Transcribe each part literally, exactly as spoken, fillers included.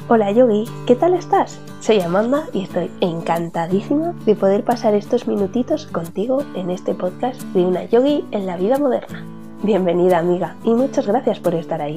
Hola Yogi, ¿qué tal estás? Soy Amanda y estoy encantadísima de poder pasar estos minutitos contigo en este podcast de una yogi en la vida moderna. Bienvenida amiga y muchas gracias por estar ahí.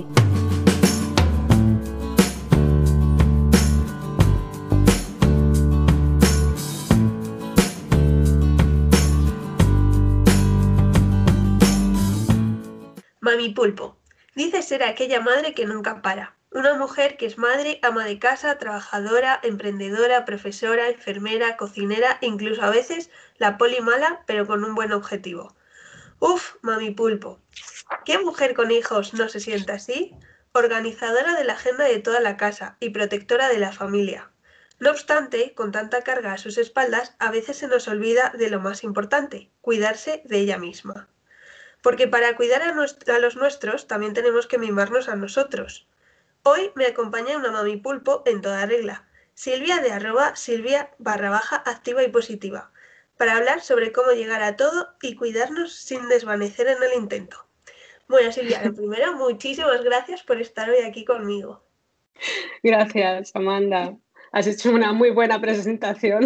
Mami Pulpo. Dice ser aquella madre que nunca para. Una mujer que es madre, ama de casa, trabajadora, emprendedora, profesora, enfermera, cocinera e incluso a veces la poli mala, pero con un buen objetivo. Uf, Mami Pulpo. ¿Qué mujer con hijos no se siente así? Organizadora de la agenda de toda la casa y protectora de la familia. No obstante, con tanta carga a sus espaldas, a veces se nos olvida de lo más importante, cuidarse de ella misma. Porque para cuidar a, nuestro, a los nuestros también tenemos que mimarnos a nosotros. Hoy me acompaña una mami pulpo en toda regla, Silvia de arroba Silvia barra baja activa y positiva, para hablar sobre cómo llegar a todo y cuidarnos sin desvanecer en el intento. Bueno Silvia, lo primero, muchísimas gracias por estar hoy aquí conmigo. Gracias, Amanda. Has hecho una muy buena presentación.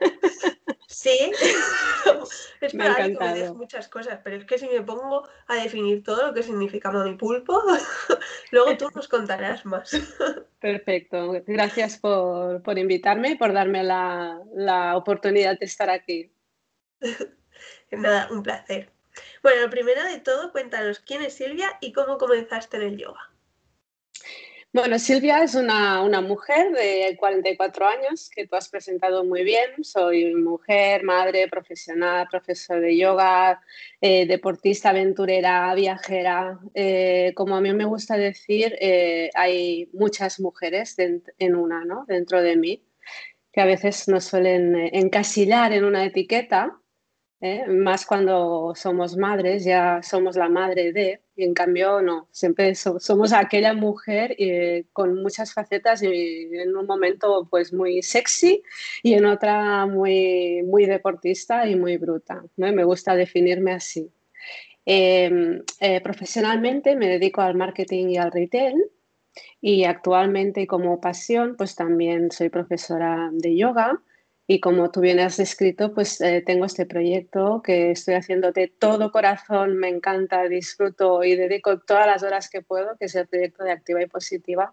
Sí, es Me ha probable que me des encantado. muchas cosas, pero es que si me pongo a definir todo lo que significa mami pulpo, luego tú nos contarás más. Perfecto. Gracias por, por invitarme y por darme la, la oportunidad de estar aquí. Nada, un placer. Bueno, lo primero de todo, cuéntanos quién es Silvia y cómo comenzaste en el yoga. Bueno, Silvia es una, una mujer de cuarenta y cuatro años que tú has presentado muy bien. Soy mujer, madre, profesional, profesor de yoga, eh, deportista, aventurera, viajera. Eh, como a mí me gusta decir, eh, hay muchas mujeres dent- en una, ¿no? Dentro de mí, que a veces nos suelen eh, encasillar en una etiqueta. ¿eh? Más cuando somos madres, ya somos la madre de, y en cambio no, siempre so- somos aquella mujer eh, con muchas facetas y en un momento pues muy sexy y en otra muy, muy deportista y muy bruta, ¿no? Y me gusta definirme así. Eh, eh, profesionalmente me dedico al marketing y al retail y actualmente como pasión, pues también soy profesora de yoga y como tú bien has descrito, pues eh, tengo este proyecto que estoy haciendo de todo corazón, me encanta, disfruto y dedico todas las horas que puedo, que es el proyecto de Activa y Positiva,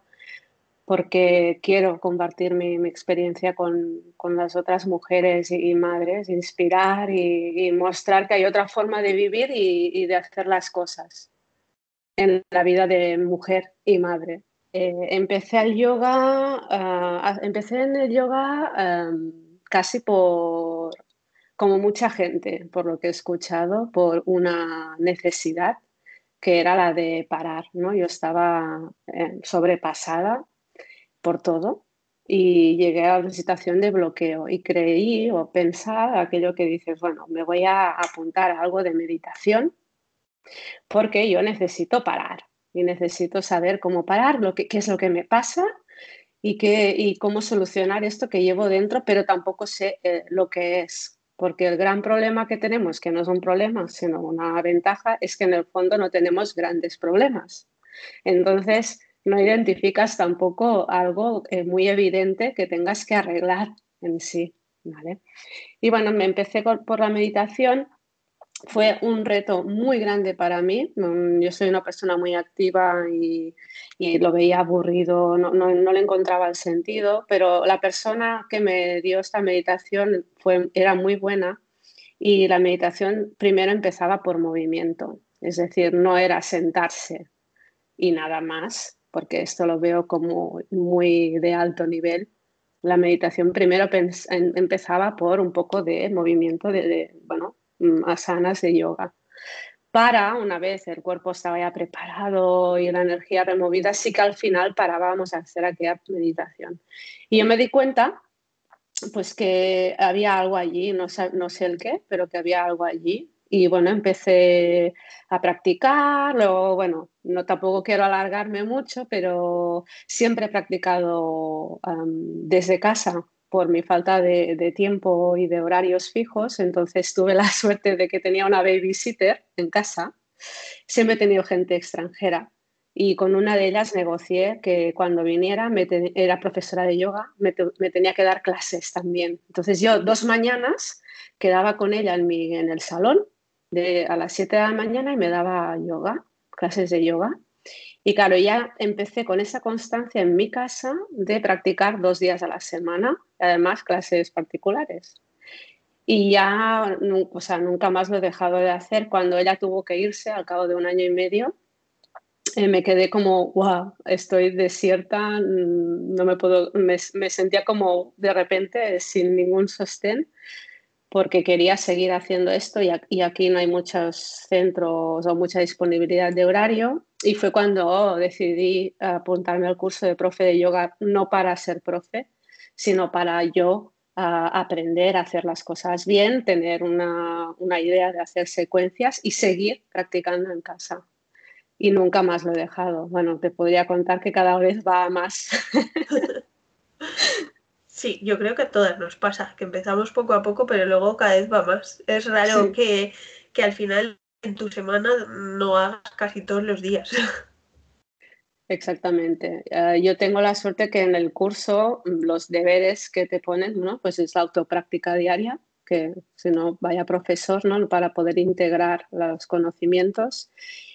porque quiero compartir mi, mi experiencia con, con, las otras mujeres y, y madres, inspirar y, y, mostrar que hay otra forma de vivir y, y de hacer las cosas en la vida de mujer y madre. Eh, empecé el yoga, uh, empecé en el yoga um, casi por, como mucha gente, por lo que he escuchado, por una necesidad que era la de parar, ¿no? Yo estaba eh, sobrepasada por todo y llegué a una situación de bloqueo y creí o pensaba aquello que dices, bueno, me voy a apuntar a algo de meditación porque yo necesito parar y necesito saber cómo parar, lo que, qué es lo que me pasa y, qué, y cómo solucionar esto que llevo dentro, pero tampoco sé eh, lo que es. Porque el gran problema que tenemos, que no son problemas, sino una ventaja, es que en el fondo no tenemos grandes problemas. Entonces, no identificas tampoco algo eh, muy evidente que tengas que arreglar en sí. ¿Vale? Y bueno, me empecé por, por la meditación. Fue un reto muy grande para mí. Yo soy una persona muy activa y, y lo veía aburrido, no, no, no, le encontraba el sentido, pero la persona que me dio esta meditación fue, era muy buena y la meditación primero empezaba por movimiento, es decir, no era sentarse y nada más, porque esto lo veo como muy de alto nivel. La meditación primero empezaba por un poco de movimiento, de, de bueno, asanas de yoga. Para, una vez el cuerpo estaba ya preparado y la energía removida, sí que al final parábamos a hacer aquella meditación. Y yo me di cuenta, pues que había algo allí, no sé, no sé el qué, pero que había algo allí. Y bueno, empecé a practicar, luego, bueno, no tampoco quiero alargarme mucho, pero siempre he practicado um, desde casa por mi falta de, de tiempo y de horarios fijos. Entonces tuve la suerte de que tenía una babysitter en casa. Siempre he tenido gente extranjera y con una de ellas negocié que cuando viniera, me te- era profesora de yoga, me, te- me tenía que dar clases también. Entonces yo dos mañanas quedaba con ella en, mi, en el salón de, a las siete de la mañana y me daba yoga, clases de yoga. Y claro, ya empecé con esa constancia en mi casa de practicar dos días a la semana, además clases particulares. Y ya, nu- o sea, nunca más lo he dejado de hacer. Cuando ella tuvo que irse al cabo de un año y medio, eh, me quedé como, wow, estoy desierta, mm, no me puedo, me, me sentía como de repente sin ningún sostén porque quería seguir haciendo esto y, a- y aquí no hay muchos centros o mucha disponibilidad de horario y fue cuando oh, decidí apuntarme al curso de profe de yoga, no para ser profe, sino para yo ah, aprender a hacer las cosas bien, tener una, una idea de hacer secuencias y seguir practicando en casa. Y nunca más lo he dejado. Bueno, te podría contar que cada vez va a más. Sí, yo creo que a todas nos pasa, que empezamos poco a poco, pero luego cada vez va más. Es raro Sí, que, que al final en tu semana no hagas casi todos los días. exactamente. Eh, yo tengo la suerte que en el curso mm, los deberes que te ponen, ¿no? Pues es la autopráctica diaria, que si no, vaya profesor, ¿no? Para poder integrar los conocimientos.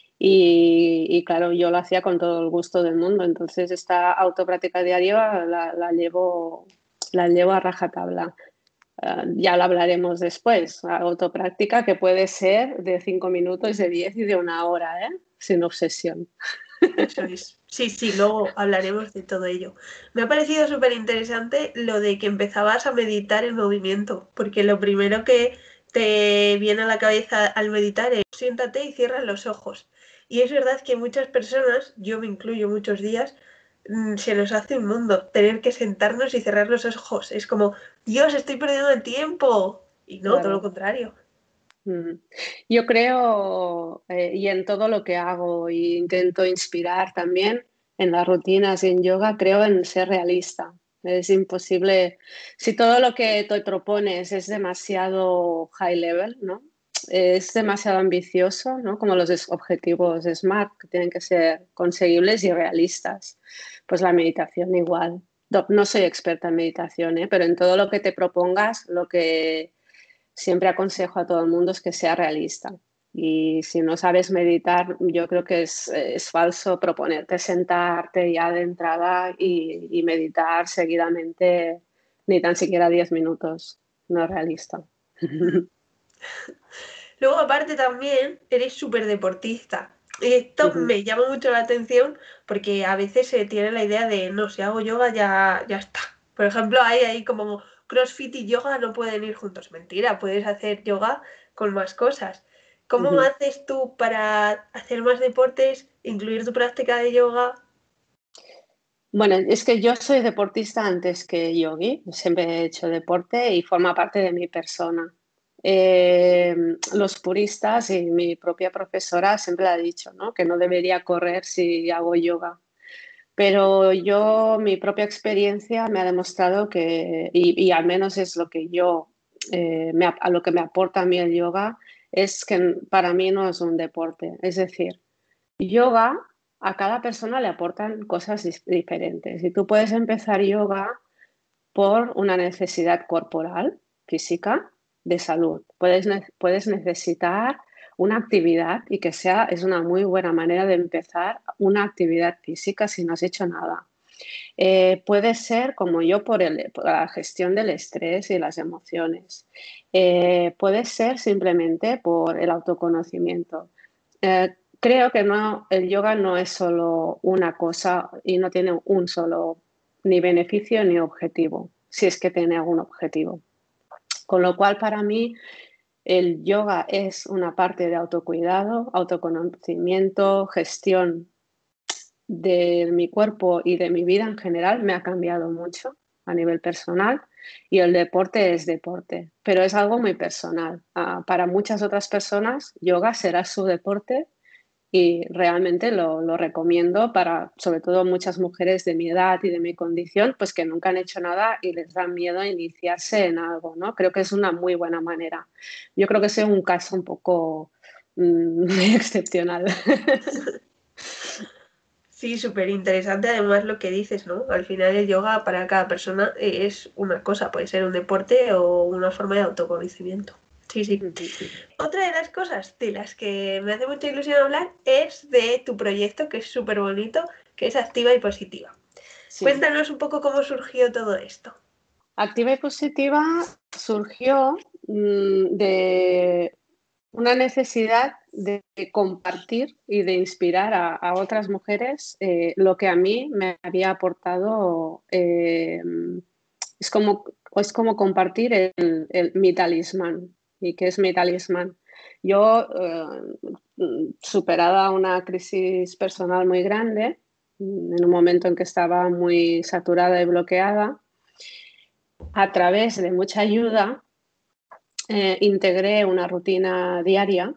Y, y claro, yo lo hacía con todo el gusto del mundo. Entonces, esta autopráctica diaria la, la llevo, la llevo a rajatabla. Uh, ya lo hablaremos después. La autopráctica que puede ser de cinco minutos, de diez y de una hora, ¿eh? Sin obsesión. Eso es. Sí, sí, luego hablaremos de todo ello. Me ha parecido súper interesante lo de que empezabas a meditar en movimiento, porque lo primero que te viene a la cabeza al meditar es siéntate y cierra los ojos. Y es verdad que muchas personas, yo me incluyo muchos días, mm, se nos hace un mundo tener que sentarnos y cerrar los ojos. Es como, Dios, estoy perdiendo el tiempo. Y no, todo lo Claro. contrario. Mm. Yo creo, eh, y en todo lo que hago, y intento inspirar también en las rutinas y en yoga, creo en ser realista. Es imposible, si todo lo que te propones es demasiado high level, ¿no? Es demasiado ambicioso, ¿no? Como los es- objetivos SMART, que tienen que ser conseguibles y realistas. Pues la meditación igual. No, no soy experta en meditación, ¿eh? Pero en todo lo que te propongas, lo que siempre aconsejo a todo el mundo es que sea realista. Y si no sabes meditar, yo creo que es, es falso proponerte sentarte ya de entrada y, y meditar seguidamente, ni tan siquiera diez minutos. No es realista. Mm. Luego, aparte también, eres súper deportista. Esto Ujú, me llama mucho la atención porque a veces se tiene la idea de, no, si hago yoga ya, ya está. Por ejemplo, hay ahí como CrossFit y yoga no pueden ir juntos. Mentira, puedes hacer yoga con más cosas. ¿Cómo ujú. haces tú para hacer más deportes, incluir tu práctica de yoga? Bueno, es que yo soy deportista antes que yogi, siempre he hecho deporte y forma parte de mi persona. Eh, los puristas y mi propia profesora siempre ha dicho, ¿no? Que no debería correr si hago yoga. Pero yo, mi propia experiencia me ha demostrado que, y, y al menos es lo que yo, eh, me, a lo que me aporta a mí el yoga, es que para mí no es un deporte. Es decir, yoga, a cada persona le aportan cosas dis- diferentes. Y tú puedes empezar yoga por una necesidad corporal, física, de salud. Puedes, ne- puedes necesitar una actividad y que sea, es una muy buena manera de empezar una actividad física si no has hecho nada. Eh, puede ser como yo por, el- por la gestión del estrés y las emociones. Eh, puede ser simplemente por el autoconocimiento. Eh, creo que no, el yoga no es solo una cosa y no tiene un solo ni beneficio ni objetivo, si es que tiene algún objetivo. Con lo cual, para mí, el yoga es una parte de autocuidado, autoconocimiento, gestión de mi cuerpo y de mi vida en general. Me ha cambiado mucho a nivel personal y el deporte es deporte, pero es algo muy personal. Ah, para muchas otras personas, yoga será su deporte y realmente lo, lo recomiendo para, sobre todo, muchas mujeres de mi edad y de mi condición, pues que nunca han hecho nada y les da miedo a iniciarse en algo, ¿no? Creo que es una muy buena manera. Yo creo que es un caso un poco mm, excepcional. Sí, súper interesante además lo que dices, ¿no? Al final el yoga para cada persona es una cosa, puede ser un deporte o una forma de autoconocimiento. Sí, sí. Ujú. Otra de las cosas de las que me hace mucha ilusión hablar es de tu proyecto, que es súper bonito, que es Activa y Positiva. Sí. Cuéntanos un poco cómo surgió todo esto. Activa y Positiva surgió mm, de una necesidad de compartir y de inspirar a, a otras mujeres eh, lo que a mí me había aportado. Eh, es como, es como compartir el, el- mi talismán. ¿Y qué es mi talismán? Yo, eh, superada una crisis personal muy grande, en un momento en que estaba muy saturada y bloqueada, a través de mucha ayuda, eh, integré una rutina diaria,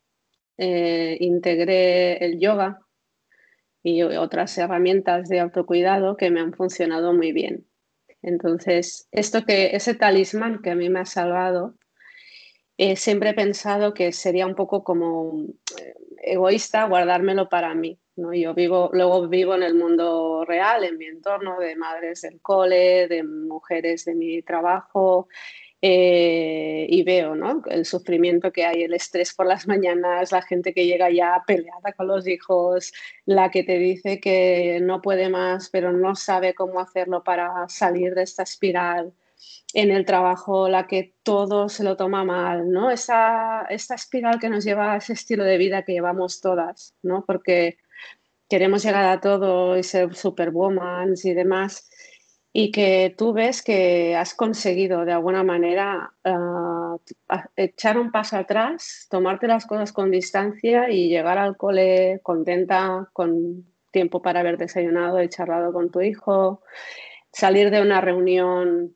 eh, integré el yoga y otras herramientas de autocuidado que me han funcionado muy bien. Entonces, esto que, ese talismán que a mí me ha salvado, eh, siempre he pensado que sería un poco como eh, egoísta guardármelo para mí, ¿no? Yo vivo, luego vivo en el mundo real, en mi entorno, de madres del cole, de mujeres de mi trabajo, eh, y veo, ¿no? El sufrimiento que hay, el estrés por las mañanas, la gente que llega ya peleada con los hijos, la que te dice que no puede más, pero no sabe cómo hacerlo para salir de esta espiral. En el trabajo, la que todo se lo toma mal, ¿no? Esa, esta espiral que nos lleva a ese estilo de vida que llevamos todas, ¿no? Porque queremos llegar a todo y ser superwoman y demás, y que tú ves que has conseguido de alguna manera uh, echar un paso atrás, tomarte las cosas con distancia y llegar al cole contenta, con tiempo para haber desayunado y charlado con tu hijo, salir de una reunión,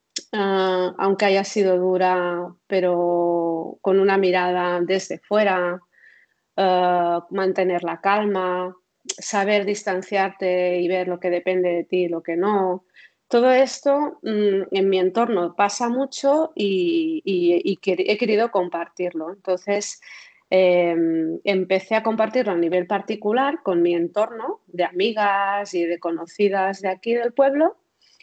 uh, aunque haya sido dura, pero con una mirada desde fuera, uh, mantener la calma, saber distanciarte y ver lo que depende de ti y lo que no. Todo esto mmm, en mi entorno pasa mucho y, y, y que he querido compartirlo. Entonces, eh, empecé a compartirlo a nivel particular con mi entorno de amigas y de conocidas de aquí del pueblo,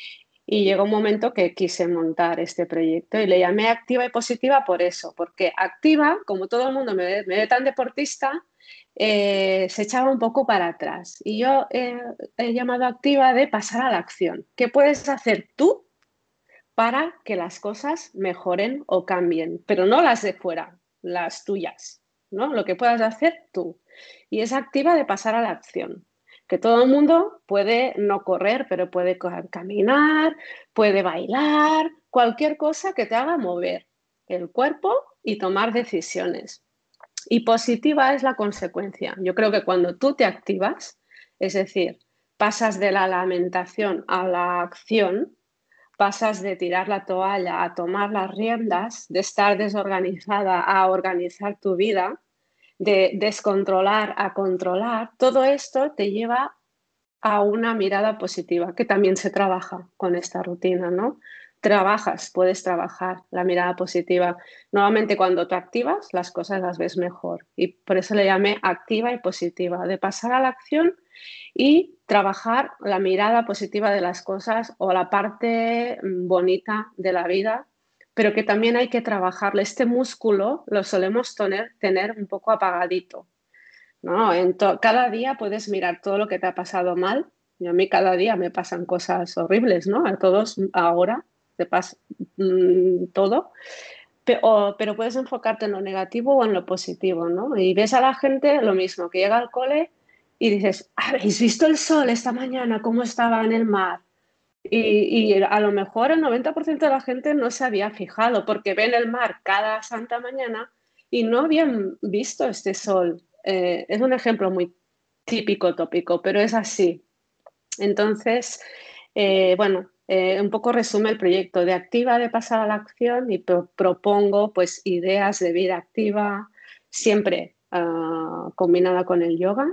y llegó un momento que quise montar este proyecto y le llamé Activa y Positiva por eso, porque Activa, como todo el mundo me ve, me ve tan deportista, eh, se echaba un poco para atrás. Y yo eh, he llamado Activa de pasar a la acción. ¿Qué puedes hacer tú para que las cosas mejoren o cambien? Pero no las de fuera, las tuyas, ¿no? Lo que puedas hacer tú. Y es Activa de pasar a la acción. Que todo el mundo puede no correr, pero puede caminar, puede bailar, cualquier cosa que te haga mover el cuerpo y tomar decisiones. Y positiva es la consecuencia. Yo creo que cuando tú te activas, es decir, pasas de la lamentación a la acción, pasas de tirar la toalla a tomar las riendas, de estar desorganizada a organizar tu vida, de descontrolar a controlar, todo esto te lleva a una mirada positiva, que también se trabaja con esta rutina, ¿no? Trabajas, puedes trabajar la mirada positiva. Nuevamente, cuando te activas, las cosas las ves mejor. Y por eso le llamé activa y positiva, de pasar a la acción y trabajar la mirada positiva de las cosas o la parte bonita de la vida, pero que también hay que trabajarle. Este músculo lo solemos tener, tener un poco apagadito, ¿no? En cada día puedes mirar todo lo que te ha pasado mal. Y a mí cada día me pasan cosas horribles, ¿no? A todos ahora te pasa mmm, todo. Pero, pero puedes enfocarte en lo negativo o en lo positivo, ¿no? Y ves a la gente lo mismo, que llega al cole y dices, ¿habéis visto el sol esta mañana? ¿Cómo estaba en el mar? Y, y a lo mejor el noventa por ciento de la gente no se había fijado porque ven el mar cada santa mañana y no habían visto este sol. Eh, es un ejemplo muy típico, tópico, pero es así. Entonces, eh, bueno, eh, un poco resume el proyecto de activa, de pasar a la acción, y pro propongo pues ideas de vida activa, siempre uh, combinada con el yoga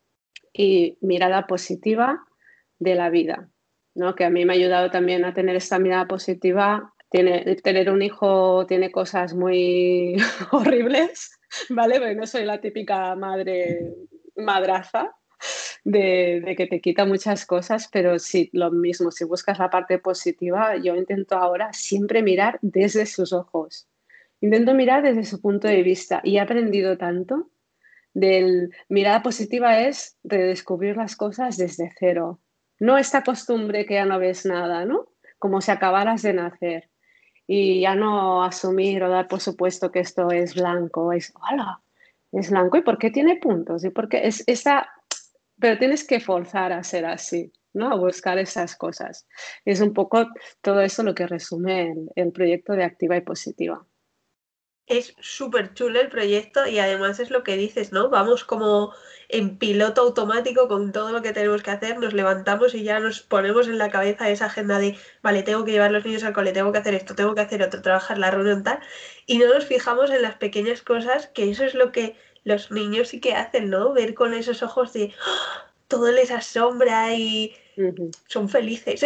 y mirada positiva de la vida, ¿no? Que a mí me ha ayudado también a tener esta mirada positiva. Tiene, tener un hijo tiene cosas muy horribles, ¿vale? Porque no soy la típica madre madraza, de, de que te quita muchas cosas, pero sí, lo mismo, si buscas la parte positiva, yo intento ahora siempre mirar desde sus ojos. Intento mirar desde su punto de vista y he aprendido tanto del mirada positiva es redescubrir las cosas desde cero. No esta costumbre que ya no ves nada, ¿no? Como si acabaras de nacer y ya no asumir o dar por supuesto que esto es blanco, es, hola, es blanco y por qué tiene puntos y por qué es esa, pero tienes que forzar a ser así, ¿no? A buscar esas cosas. Es un poco todo eso lo que resume el, el proyecto de Activa y Positiva. Es súper chulo el proyecto y además es lo que dices, ¿no? Vamos como en piloto automático con todo lo que tenemos que hacer, nos levantamos y ya nos ponemos en la cabeza esa agenda de, vale, tengo que llevar los niños al cole, tengo que hacer esto, tengo que hacer otro, trabajar la reunión tal, y no nos fijamos en las pequeñas cosas, que eso es lo que los niños sí que hacen, ¿no? Ver con esos ojos de ¡ah! Todo les asombra y Ujú, son felices.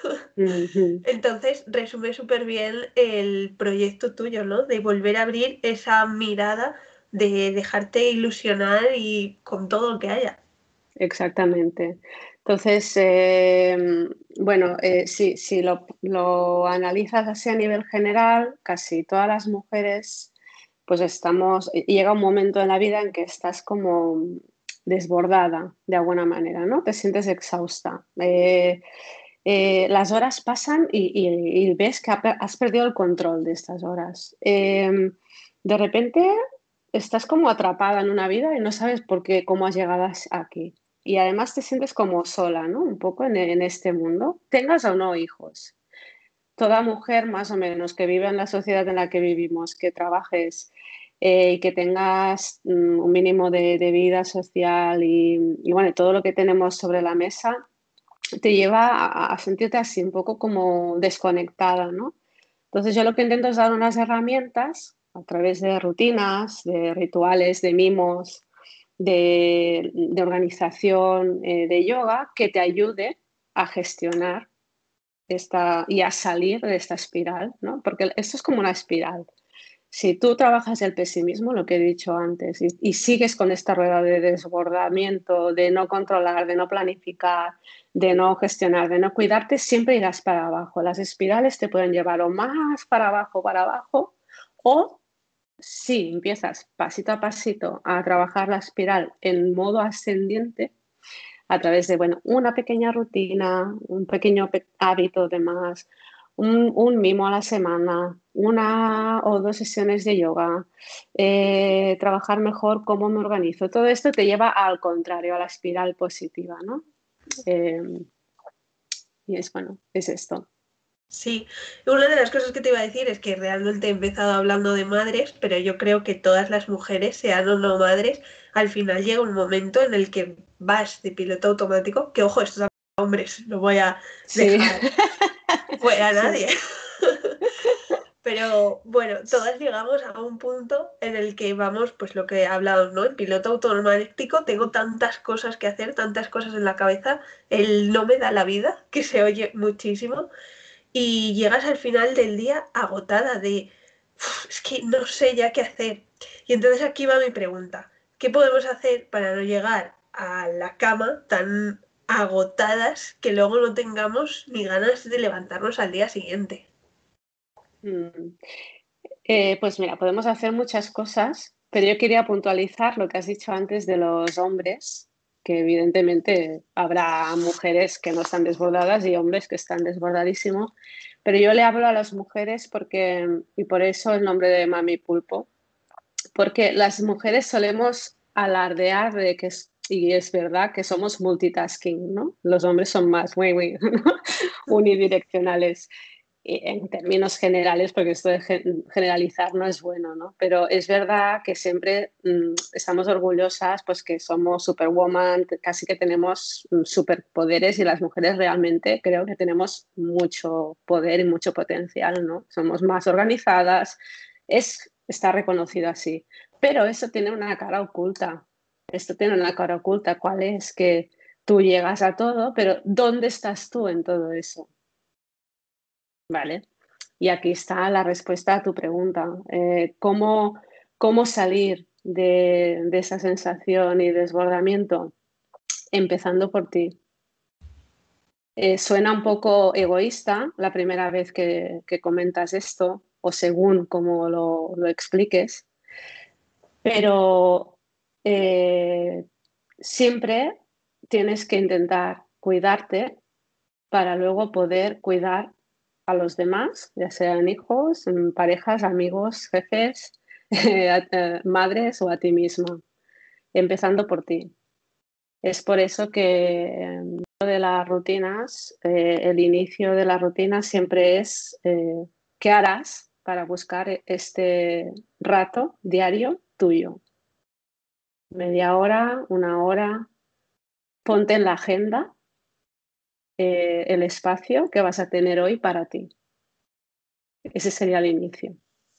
ujú. Entonces, resume súper bien el proyecto tuyo, ¿no? De volver a abrir esa mirada, de dejarte ilusionar y con todo lo que haya. Exactamente. Entonces, eh, bueno, eh, si, si lo, lo analizas así a nivel general, casi todas las mujeres, pues estamos, llega un momento en la vida en que estás como desbordada de alguna manera, ¿no? Te sientes exhausta. Eh, eh, las horas pasan y, y- y ves que ha- has perdido el control de estas horas. Eh, de repente estás como atrapada en una vida y no sabes por qué, cómo has llegado as- aquí. Y además te sientes como sola, ¿no? Un poco en, en este mundo, tengas o no hijos. Toda mujer más o menos que vive en la sociedad en la que vivimos, que trabajes eh, y que tengas mm, un mínimo de, de vida social y, y, bueno, todo lo que tenemos sobre la mesa, te lleva a, a sentirte así, un poco como desconectada, ¿no? Entonces yo lo que intento es dar unas herramientas a través de rutinas, de rituales, de mimos, de, de organización, eh, de yoga, que te ayude a gestionar esta, y a salir de esta espiral, ¿no? Porque esto es como una espiral. Si tú trabajas el pesimismo, lo que he dicho antes, y, y sigues con esta rueda de desbordamiento, de no controlar, de no planificar, de no gestionar, de no cuidarte, siempre irás para abajo. Las espirales te pueden llevar o más para abajo, para abajo, o si empiezas pasito a pasito a trabajar la espiral en modo ascendiente, a través de, bueno, una pequeña rutina, un pequeño pe- hábito de más, un, un mimo a la semana, una o dos sesiones de yoga, eh, trabajar mejor cómo me organizo. Todo esto te lleva al contrario, a la espiral positiva, ¿no? Eh, y es, bueno, es esto. Sí, una de las cosas que te iba a decir es que realmente he empezado hablando de madres, pero yo creo que todas las mujeres, sean o no madres, al final llega un momento en el que vas de piloto automático, que ojo, estos hombres, no voy a Sí, dejar fuera a sí. nadie. Pero bueno, todas llegamos a un punto en el que vamos, pues lo que he hablado, ¿no? En piloto automático tengo tantas cosas que hacer, tantas cosas en la cabeza, el no me da la vida, que se oye muchísimo, y llegas al final del día agotada de, "Uf, es que no sé ya qué hacer". Y entonces aquí va mi pregunta, ¿qué podemos hacer para no llegar a la cama tan agotadas que luego no tengamos ni ganas de levantarnos al día siguiente? Mm. Eh, pues mira, podemos hacer muchas cosas, pero yo quería puntualizar lo que has dicho antes de los hombres, que evidentemente habrá mujeres que no están desbordadas y hombres que están desbordadísimos, pero yo le hablo a las mujeres porque, y por eso el nombre de Mami Pulpo, porque las mujeres solemos alardear de que es, y es verdad que somos multitasking, ¿no? Los hombres son más muy, muy unidireccionales y en términos generales, porque esto de gen- generalizar no es bueno, ¿no? Pero es verdad que siempre mm, estamos orgullosas, pues que somos superwoman, que casi que tenemos mm, superpoderes y las mujeres realmente creo que tenemos mucho poder y mucho potencial, ¿no? Somos más organizadas, es, está reconocido así, pero eso tiene una cara oculta. Esto tiene una cara oculta, ¿cuál es? Que tú llegas a todo, pero ¿dónde estás tú en todo eso? ¿Vale? Y aquí está la respuesta a tu pregunta. Eh, ¿cómo, cómo salir de, de esa sensación y desbordamiento? empezando por ti. Eh, suena un poco egoísta la primera vez que, que comentas esto, o según como lo, lo expliques, pero eh, siempre tienes que intentar cuidarte para luego poder cuidar a los demás, ya sean hijos, parejas, amigos, jefes, madres o a ti misma, empezando por ti. Es por eso que de las rutinas, eh, el inicio de la rutina siempre es eh, ¿qué harás para buscar este rato diario tuyo? Media hora, una hora, ponte en la agenda eh, el espacio que vas a tener hoy para ti. Ese sería el inicio.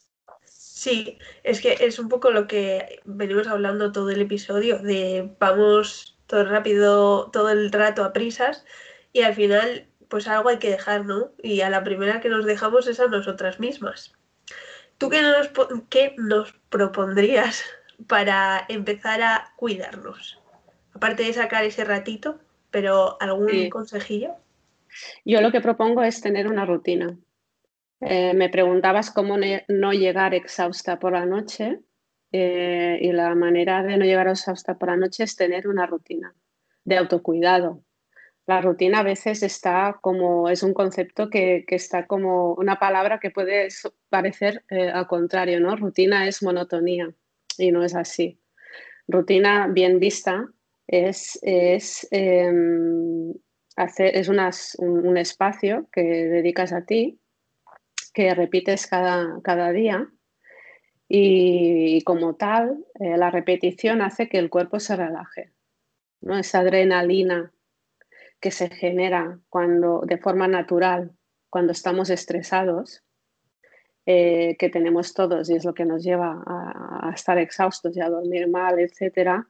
Sí, es que es un poco lo que venimos hablando todo el episodio, de vamos todo rápido, todo el rato a prisas y al final pues algo hay que dejar, ¿no? Y a la primera que nos dejamos es a nosotras mismas. ¿Tú qué nos, qué nos propondrías para empezar a cuidarnos? Aparte de sacar ese ratito, pero ¿algún Sí. consejillo? Yo lo que propongo es tener una rutina. Eh, me preguntabas cómo ne- no llegar exhausta por la noche eh, y la manera de no llegar exhausta por la noche es tener una rutina de autocuidado. La rutina a veces está como, es un concepto que, que está como una palabra que puede so- parecer eh, al contrario, ¿no? Rutina es monotonía y no es así. Rutina bien vista es, es, em, hacer, es unas- un, un espacio que dedicas a ti, que repites cada, cada día y, y como tal, eh, la repetición hace que el cuerpo se relaje, ¿no? Esa adrenalina que se genera cuando, de forma natural cuando estamos estresados, eh, que tenemos todos y es lo que nos lleva a, a estar exhaustos y a dormir mal, etcétera,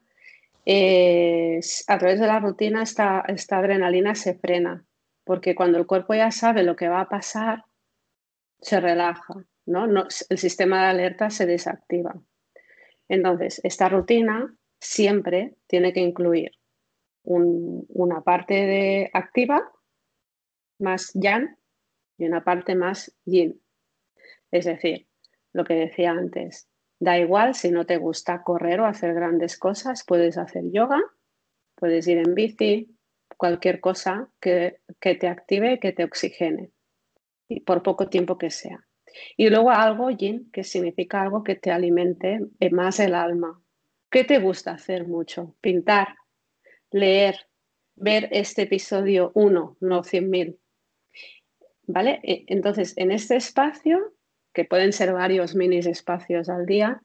eh, a través de la rutina esta, esta adrenalina se frena, porque cuando el cuerpo ya sabe lo que va a pasar, se relaja, ¿no? No, el sistema de alerta se desactiva. Entonces, esta rutina siempre tiene que incluir un, una parte de activa, más yang, y una parte más yin. Es decir, lo que decía antes, da igual si no te gusta correr o hacer grandes cosas, puedes hacer yoga, puedes ir en bici, cualquier cosa que, que te active, que te oxigene, y por poco tiempo que sea. Y luego algo yin, que significa algo que te alimente más el alma. ¿Qué te gusta hacer mucho? Pintar, leer, ver este episodio uno, no cien mil. ¿Vale? E, entonces, en este espacio, que pueden ser varios minis espacios al día,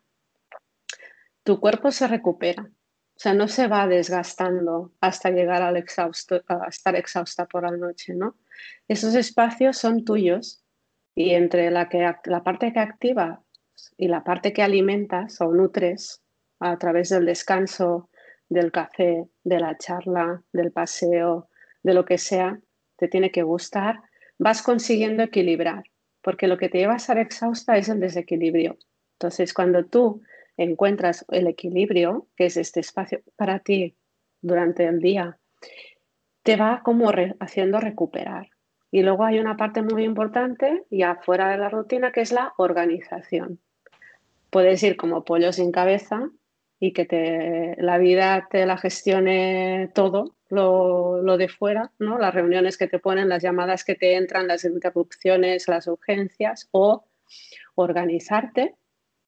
tu cuerpo se recupera. O sea, no se va desgastando hasta llegar al exhausto, a estar exhausta por la noche, ¿no? Esos espacios son tuyos y entre la, que, la parte que activas y la parte que alimentas o nutres a través del descanso, del café, de la charla, del paseo, de lo que sea, te tiene que gustar, vas consiguiendo equilibrar, porque lo que te lleva a estar exhausta es el desequilibrio. Entonces, cuando tú encuentras el equilibrio, que es este espacio para ti durante el día, te va como re haciendo recuperar. Y luego hay una parte muy importante, ya fuera de la rutina, que es la organización. Puedes ir como pollo sin cabeza y que te, la vida te la gestione todo, lo, lo de fuera, ¿no? Las reuniones que te ponen, las llamadas que te entran, las interrupciones, las urgencias, o organizarte,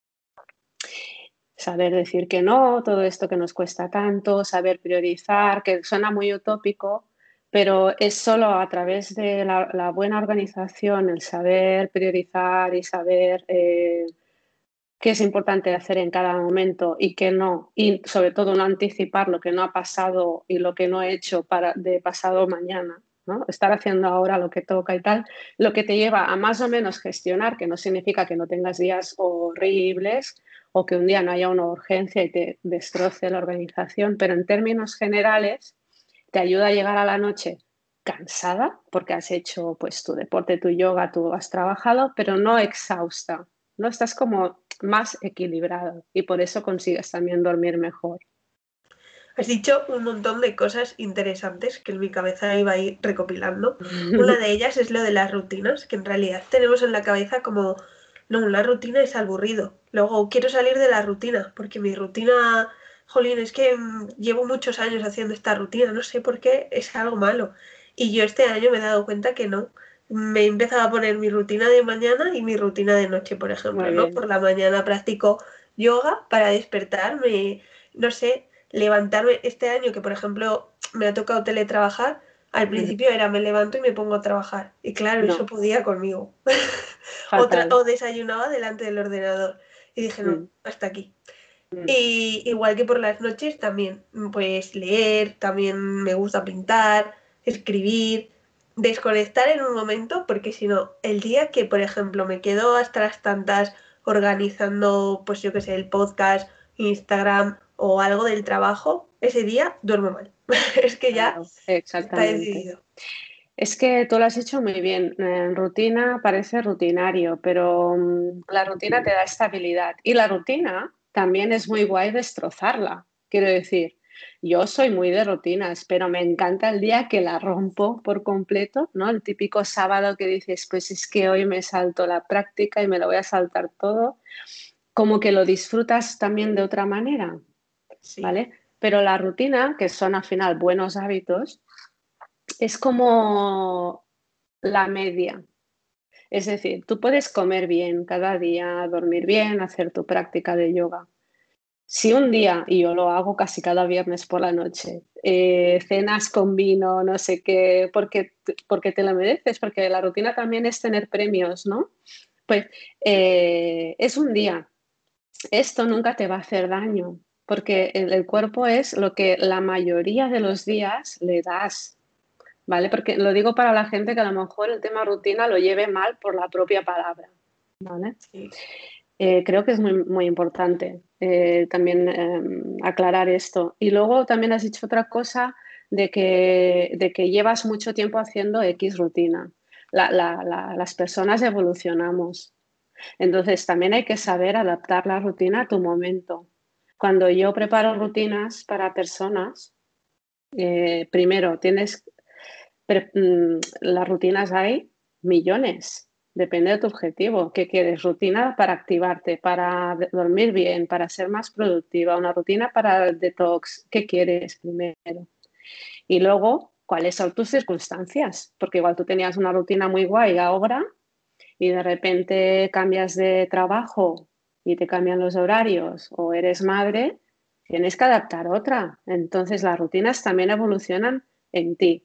saber decir que no, todo esto que nos cuesta tanto, saber priorizar, que suena muy utópico, pero es solo a través de la, la buena organización, el saber priorizar y saber eh, qué es importante hacer en cada momento y qué no, y sobre todo no anticipar lo que no ha pasado y lo que no he hecho para, de pasado mañana, ¿no? Estar haciendo ahora lo que toca y tal, lo que te lleva a más o menos gestionar, que no significa que no tengas días horribles o que un día no haya una urgencia y te destroce la organización, pero en términos generales te ayuda a llegar a la noche cansada porque has hecho pues tu deporte, tu yoga, tú has trabajado, pero no exhausta, ¿no? Estás como más equilibrado y por eso consigues también dormir mejor. Has dicho un montón de cosas interesantes que en mi cabeza iba a ir recopilando. Una de ellas es lo de las rutinas, que en realidad tenemos en la cabeza como, no, una rutina es aburrido. Luego quiero salir de la rutina, porque mi rutina, jolín, es que mm, llevo muchos años haciendo esta rutina, no sé por qué es algo malo. Y yo este año me he dado cuenta que no. Me he empezado a poner mi rutina de mañana y mi rutina de noche, por ejemplo, Muy ¿no? bien. Por la mañana practico yoga para despertarme, no sé, levantarme este año, que por ejemplo me ha tocado teletrabajar, al Ujú. principio era me levanto y me pongo a trabajar. Y claro, eso No, podía conmigo. Otra, fatal. o desayunaba delante del ordenador. Y dije, no, Mm, hasta aquí. mm. Y igual que por las noches también, pues leer, también me gusta pintar, escribir, desconectar en un momento, porque si no, el día que, por ejemplo, me quedo hasta las tantas organizando, pues yo qué sé, el podcast, Instagram o algo del trabajo, ese día duermo mal. Es que ya Claro, está exactamente. decidido. Es que tú lo has hecho muy bien. Eh, rutina parece rutinario, pero mm, la rutina te da estabilidad. Y la rutina también es muy guay destrozarla. Quiero decir, yo soy muy de rutinas, pero me encanta el día que la rompo por completo, ¿no? El típico sábado que dices, pues es que hoy me salto la práctica y me lo voy a saltar todo. Como que lo disfrutas también de otra manera, Sí, ¿vale? Pero la rutina, que son al final buenos hábitos, es como la media. Es decir, tú puedes comer bien cada día, dormir bien, hacer tu práctica de yoga. Si un día, y yo lo hago casi cada viernes por la noche, eh, cenas con vino, no sé qué, porque, porque te lo mereces, porque la rutina también es tener premios, ¿no? Pues eh, es un día. Esto nunca te va a hacer daño, porque el, el cuerpo es lo que la mayoría de los días le das. ¿Vale? Porque lo digo para la gente que a lo mejor el tema rutina lo lleve mal por la propia palabra, ¿vale? sí. Eh, creo que es muy, muy importante eh, también eh, aclarar esto. Y luego también has dicho otra cosa de que, de que llevas mucho tiempo haciendo X rutina. La- la- la- las personas evolucionamos. Entonces también hay que saber adaptar la rutina a tu momento. Cuando yo preparo rutinas para personas, eh, primero tienes pero mm, las rutinas hay millones. Depende de tu objetivo. ¿Qué quieres? Rutina para activarte, para de- dormir bien, para ser más productiva, una rutina para el detox. ¿Qué quieres primero? Y luego, ¿cuáles son tus circunstancias? Porque igual tú tenías una rutina muy guay ahora y de repente cambias de trabajo y te cambian los horarios o eres madre, tienes que adaptar otra. Entonces las rutinas también evolucionan en ti.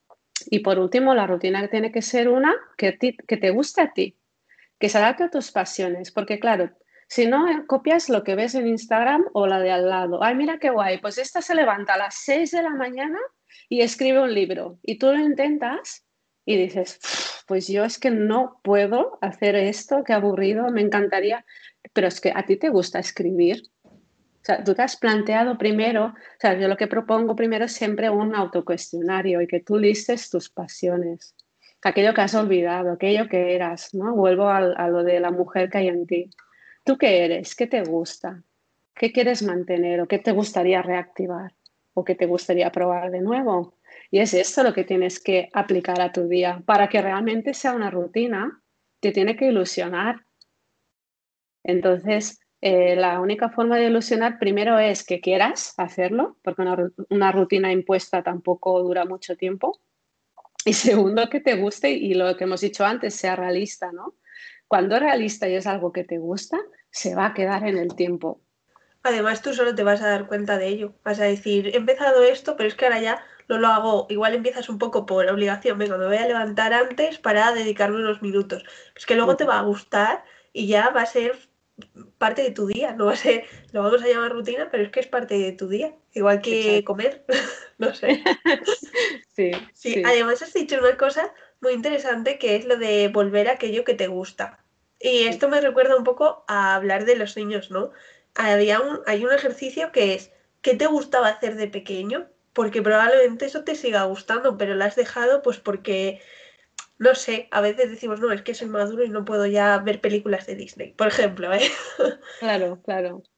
Y por último, la rutina tiene que ser una que, ti- que te guste a ti, que se adapte a tus pasiones, porque claro, si no eh, copias lo que ves en Instagram o la de al lado, ay, mira qué guay, pues esta se levanta a las seis de la mañana y escribe un libro y tú lo intentas y dices, "Uf, pues yo es que no puedo hacer esto, qué aburrido, me encantaría, pero es que a ti te gusta escribir. O sea, tú te has planteado primero, o sea, yo lo que propongo primero es siempre un autocuestionario y que tú listes tus pasiones, aquello que has olvidado, aquello que eras, ¿no? Vuelvo al- a, lo de la mujer que hay en ti. ¿Tú qué eres? ¿Qué te gusta? ¿Qué quieres mantener o qué te gustaría reactivar o qué te gustaría probar de nuevo? Y es esto lo que tienes que aplicar a tu día para que realmente sea una rutina, te tiene que ilusionar. Entonces, eh, la única forma de ilusionar primero es que quieras hacerlo, porque una, ru- una rutina impuesta tampoco dura mucho tiempo. Y segundo, que te guste y lo que hemos dicho antes, sea realista, ¿no? Cuando es realista y es algo que te gusta, se va a quedar en el tiempo. Además, tú solo te vas a dar cuenta de ello. Vas a decir, he empezado esto, pero es que ahora ya no lo hago. Igual empiezas un poco por obligación. Venga, me voy a levantar antes para dedicarme unos minutos. Es que luego te Ujú. va a gustar y ya va a ser parte de tu día. No va a ser, lo vamos a llamar rutina, pero es que es parte de tu día. Igual que Exacto. comer. No sé. Sí, Sí, sí. además has dicho una cosa muy interesante que es lo de volver a aquello que te gusta. Y Sí. esto me recuerda un poco a hablar de los niños, ¿no? Había un, hay un ejercicio que es, ¿qué te gustaba hacer de pequeño? Porque probablemente eso te siga gustando, pero lo has dejado pues porque, no sé, a veces decimos, no, es que soy maduro y no puedo ya ver películas de Disney, por ejemplo, ¿eh? Claro, claro.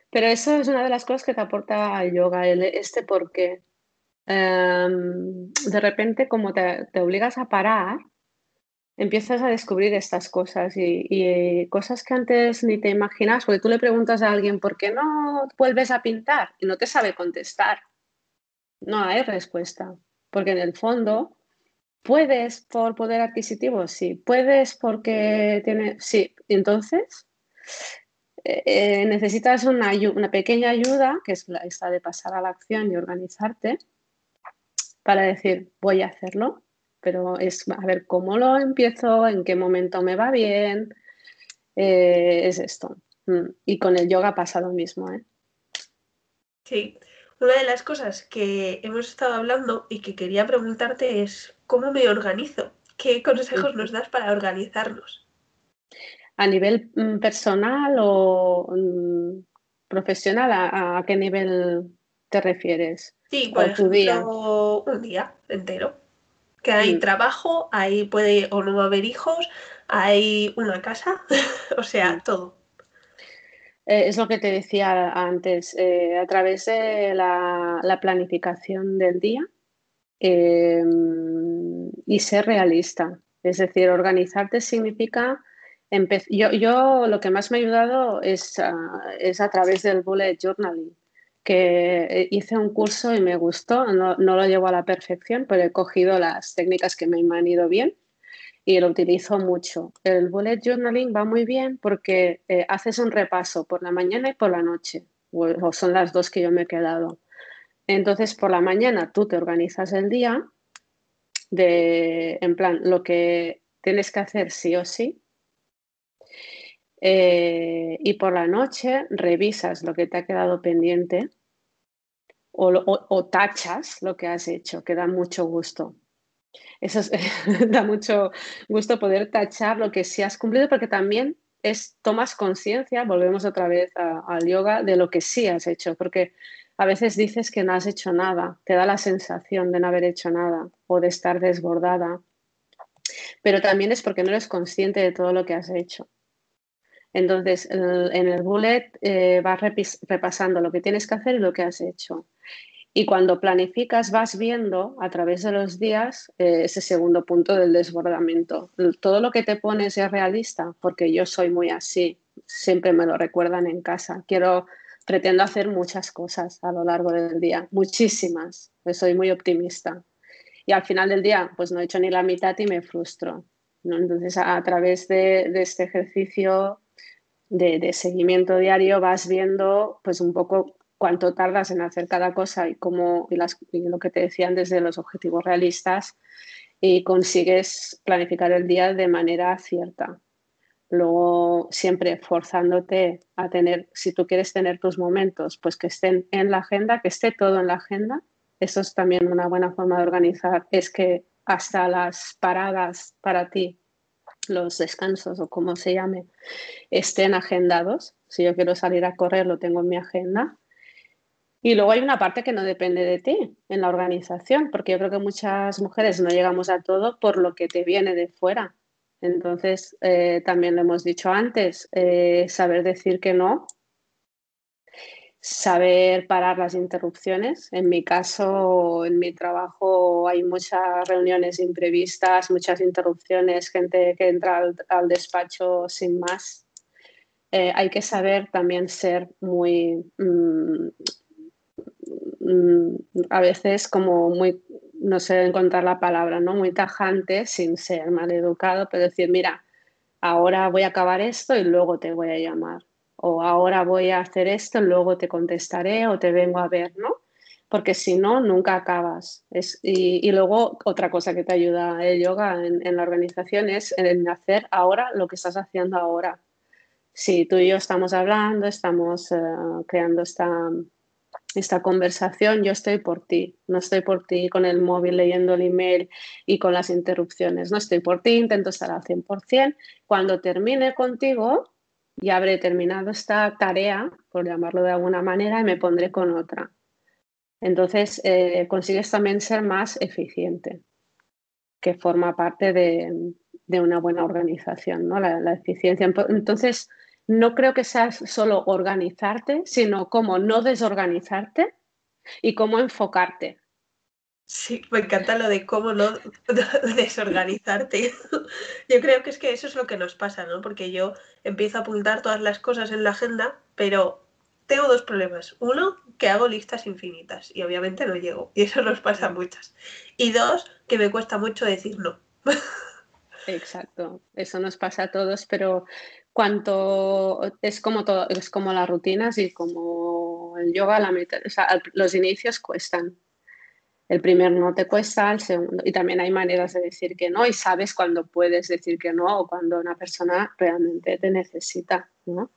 Pero eso es una de las cosas que te aporta el yoga, el, este porque em, de repente como te, te obligas a parar, empiezas a descubrir estas cosas y, y cosas que antes ni te imaginas, porque tú le preguntas a alguien, ¿por qué no vuelves a pintar? Y no te sabe contestar. No hay respuesta, porque en el fondo puedes por poder adquisitivo, sí, puedes porque tiene, sí, entonces eh, eh, necesitas una, una pequeña ayuda, que es la, esta de pasar a la acción y organizarte, para decir, voy a hacerlo, pero es a ver cómo lo empiezo, en qué momento me va bien, eh, es esto. Mm. Y con el yoga pasa lo mismo, ¿eh? Sí, una de las cosas que hemos estado hablando y que quería preguntarte es ¿cómo me organizo? ¿Qué consejos nos das para organizarnos? A nivel mm, personal o mm, profesional, ¿a, a qué nivel te refieres? Sí, por ¿O tu día? ejemplo, un día entero, que hay Mm, trabajo, ahí puede o no haber hijos, hay una casa, o mm. sea, todo. Eh, es lo que te decía antes, eh, a través de la, la planificación del día eh, y ser realista. Es decir, organizarte significa... empe- Yo, yo lo que más me ha ayudado es, ah, es a través del bullet journaling, que eh, hice un curso y me gustó, no, no lo llevo a la perfección, pero he cogido las técnicas que me han ido bien y lo utilizo mucho. El bullet journaling va muy bien porque eh, haces un repaso por la mañana y por la noche, o, o son las dos que yo me he quedado. Entonces, por la mañana tú te organizas el día de, en plan, lo que tienes que hacer sí o sí. Eh, y por la noche revisas lo que te ha quedado pendiente o, lo- o- o tachas lo que has hecho, que da mucho gusto. Eso es- da mucho gusto poder tachar lo que sí has cumplido porque también es, tomas conciencia, volvemos otra vez a- al yoga, de lo que sí has hecho, porque a veces dices que no has hecho nada, te da la sensación de no haber hecho nada o de estar desbordada, pero también es porque no eres consciente de todo lo que has hecho. Entonces, el- en el bullet eh, vas repis- repasando lo que tienes que hacer y lo que has hecho. Y cuando planificas vas viendo a través de los días eh, ese segundo punto del desbordamiento. Todo lo que te pones es realista, porque yo soy muy así, siempre me lo recuerdan en casa. Quiero, pretendo hacer muchas cosas a lo largo del día, muchísimas, pues soy muy optimista. Y al final del día, pues no he hecho ni la mitad y me frustro, ¿no? Entonces, a, a través de, de este ejercicio de, de seguimiento diario vas viendo pues un poco cuánto tardas en hacer cada cosa y, cómo, y, las, y lo que te decían desde los objetivos realistas y consigues planificar el día de manera cierta. Luego, siempre forzándote a tener, si tú quieres tener tus momentos, pues que estén en la agenda, que esté todo en la agenda. Eso es también una buena forma de organizar, es que hasta las paradas para ti, los descansos o como se llame, estén agendados. Si yo quiero salir a correr, lo tengo en mi agenda. Y luego hay una parte que no depende de ti en la organización, porque yo creo que muchas mujeres no llegamos a todo por lo que te viene de fuera. Entonces, eh, también lo hemos dicho antes, eh, saber decir que no, saber parar las interrupciones. En mi caso, en mi trabajo hay muchas reuniones imprevistas, muchas interrupciones, gente que entra al, al despacho sin más. Eh, hay que saber también ser muy, mm, mm, a veces como muy, no sé encontrar la palabra, ¿no? Muy tajante sin ser mal educado, pero decir, mira, ahora voy a acabar esto y luego te voy a llamar. O ahora voy a hacer esto y luego te contestaré o te vengo a ver, ¿no? Porque si no, nunca acabas. Es, y, y luego otra cosa que te ayuda el yoga en, en la organización es en hacer ahora lo que estás haciendo ahora. Si tú y yo estamos hablando, estamos eh, creando esta, esta conversación, yo estoy por ti, no estoy por ti con el móvil leyendo el email y con las interrupciones, no estoy por ti, intento estar al cien por ciento. Cuando termine contigo, ya habré terminado esta tarea, por llamarlo de alguna manera, y me pondré con otra. Entonces, eh, consigues también ser más eficiente, que forma parte de, de una buena organización, ¿no? La, la eficiencia. Entonces, no creo que sea solo organizarte, sino cómo no desorganizarte y cómo enfocarte. Sí, me encanta lo de cómo no desorganizarte. Yo creo que es que eso es lo que nos pasa, ¿no? Porque yo empiezo a apuntar todas las cosas en la agenda, pero tengo dos problemas. Uno, que hago listas infinitas y obviamente no llego, y eso nos pasa a muchas. Y dos, que me cuesta mucho decir no. Exacto, eso nos pasa a todos, pero cuanto es como todo, es como las rutinas y como el yoga, la medita- o sea, al- los inicios cuestan. El primer no te cuesta, el segundo, y también hay maneras de decir que no, y sabes cuándo puedes decir que no o cuando una persona realmente te necesita, ¿no?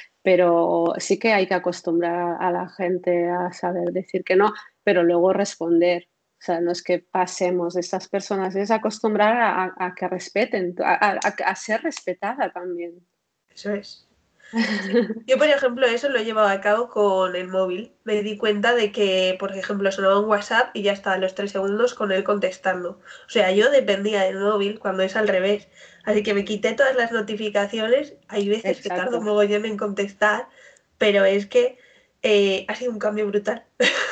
Pero sí que hay que acostumbrar a la gente a saber decir que no, pero luego responder. O sea, no es que pasemos de estas personas, es acostumbrar a, a que respeten, a, a- a ser respetada también. Eso es. Sí. Yo, por ejemplo, eso lo he llevado a cabo con el móvil. Me di cuenta de que, por ejemplo, sonaba un WhatsApp y ya estaba a los tres segundos con él contestando. O sea, yo dependía del móvil cuando es al revés. Así que me quité todas las notificaciones. Hay veces que tardo un Exacto. mogollón en contestar, pero es que eh, ha sido un cambio brutal.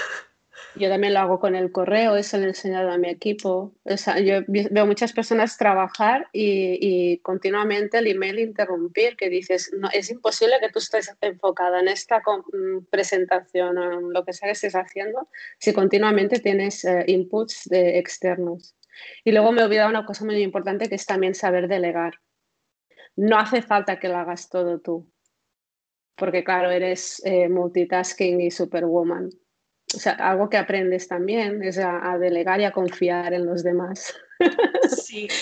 Yo también lo hago con el correo, eso lo he enseñado a mi equipo. O sea, yo vi- veo muchas personas trabajar y, y continuamente el email interrumpir, que dices, no, es imposible que tú estés enfocada en esta com- mm, presentación o en lo que sea que estés haciendo si continuamente tienes eh, inputs de externos. Y luego me he olvidado una cosa muy importante que es también saber delegar. No hace falta que lo hagas todo tú, porque claro, eres eh, multitasking y superwoman. O sea, algo que aprendes también es a, a delegar y a confiar en los demás. Sí,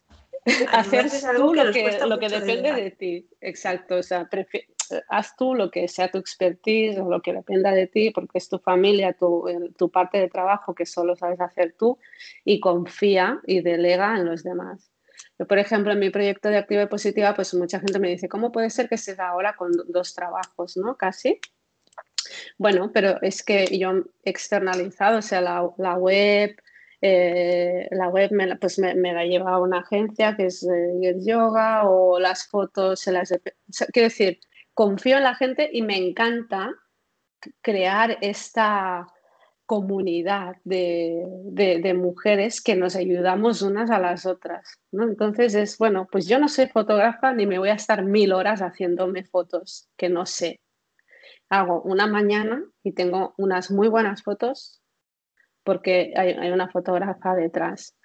Hacer además es algo tú que lo nos que, cuesta lo que mucho depende delegar. de ti. Exacto. O sea, prefi- haz tú lo que sea tu expertise o lo que dependa de ti, porque es tu familia, tu, el- tu parte de trabajo que solo sabes hacer tú, y confía y delega en los demás. Yo, por ejemplo, en mi proyecto de Activa y Positiva, pues mucha gente me dice, ¿cómo puede ser que estés ahora con do- dos trabajos, ¿no? Casi. Bueno, pero es que yo he externalizado, o sea, la, la web, eh, la web me la, pues me, me la lleva una agencia que es eh, Get Yoga, o las fotos se las... he- o sea, quiero decir, confío en la gente y me encanta crear esta comunidad de, de- de mujeres que nos ayudamos unas a las otras, ¿no? Entonces es, bueno, pues yo no soy fotógrafa ni me voy a estar mil horas haciéndome fotos que no sé. Hago una mañana y tengo unas muy buenas fotos porque hay, hay una fotógrafa detrás.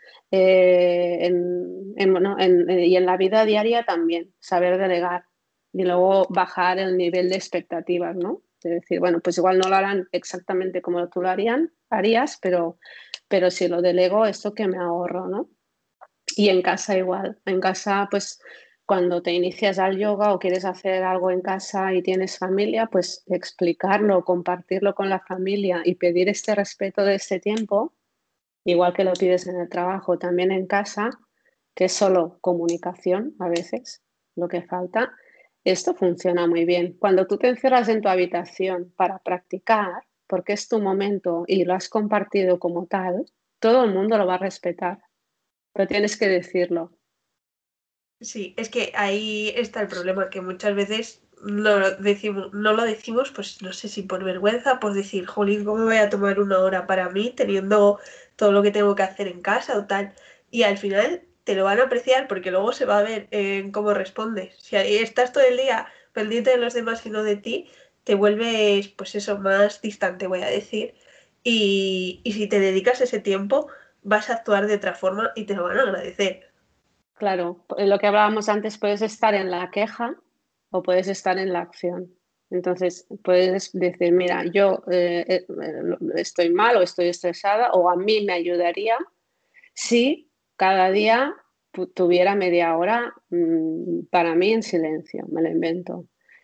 Eh, en, en, bueno, en, y en la vida diaria también, saber delegar y luego bajar el nivel de expectativas, ¿no? Es decir, bueno, pues igual no lo harán exactamente como tú lo harían, harías, pero, pero si lo delego, esto que me ahorro, ¿no? Y en casa igual. En casa, pues cuando te inicias al yoga o quieres hacer algo en casa y tienes familia, pues explicarlo, compartirlo con la familia y pedir este respeto de este tiempo, igual que lo pides en el trabajo, también en casa, que es solo comunicación a veces lo que falta. Esto funciona muy bien. Cuando tú te encierras en tu habitación para practicar, porque es tu momento y lo has compartido como tal, todo el mundo lo va a respetar, pero tienes que decirlo. Sí, es que ahí está el problema, que muchas veces no lo decimos, no lo decimos, pues no sé si por vergüenza, por decir, jolín, ¿cómo me voy a tomar una hora para mí teniendo todo lo que tengo que hacer en casa o tal? Y al final te lo van a apreciar porque luego se va a ver en cómo respondes. Si ahí estás todo el día pendiente de los demás y no de ti, te vuelves, pues eso, más distante, voy a decir. Y, y si te dedicas ese tiempo, vas a actuar de otra forma y te lo van a agradecer. Claro, lo que hablábamos antes, puedes estar en la queja o puedes estar en la acción. Entonces, puedes decir, mira, yo eh, eh, estoy mal o estoy estresada o a mí me ayudaría si cada día tu- tuviera media hora mm, para mí en silencio, me lo invento.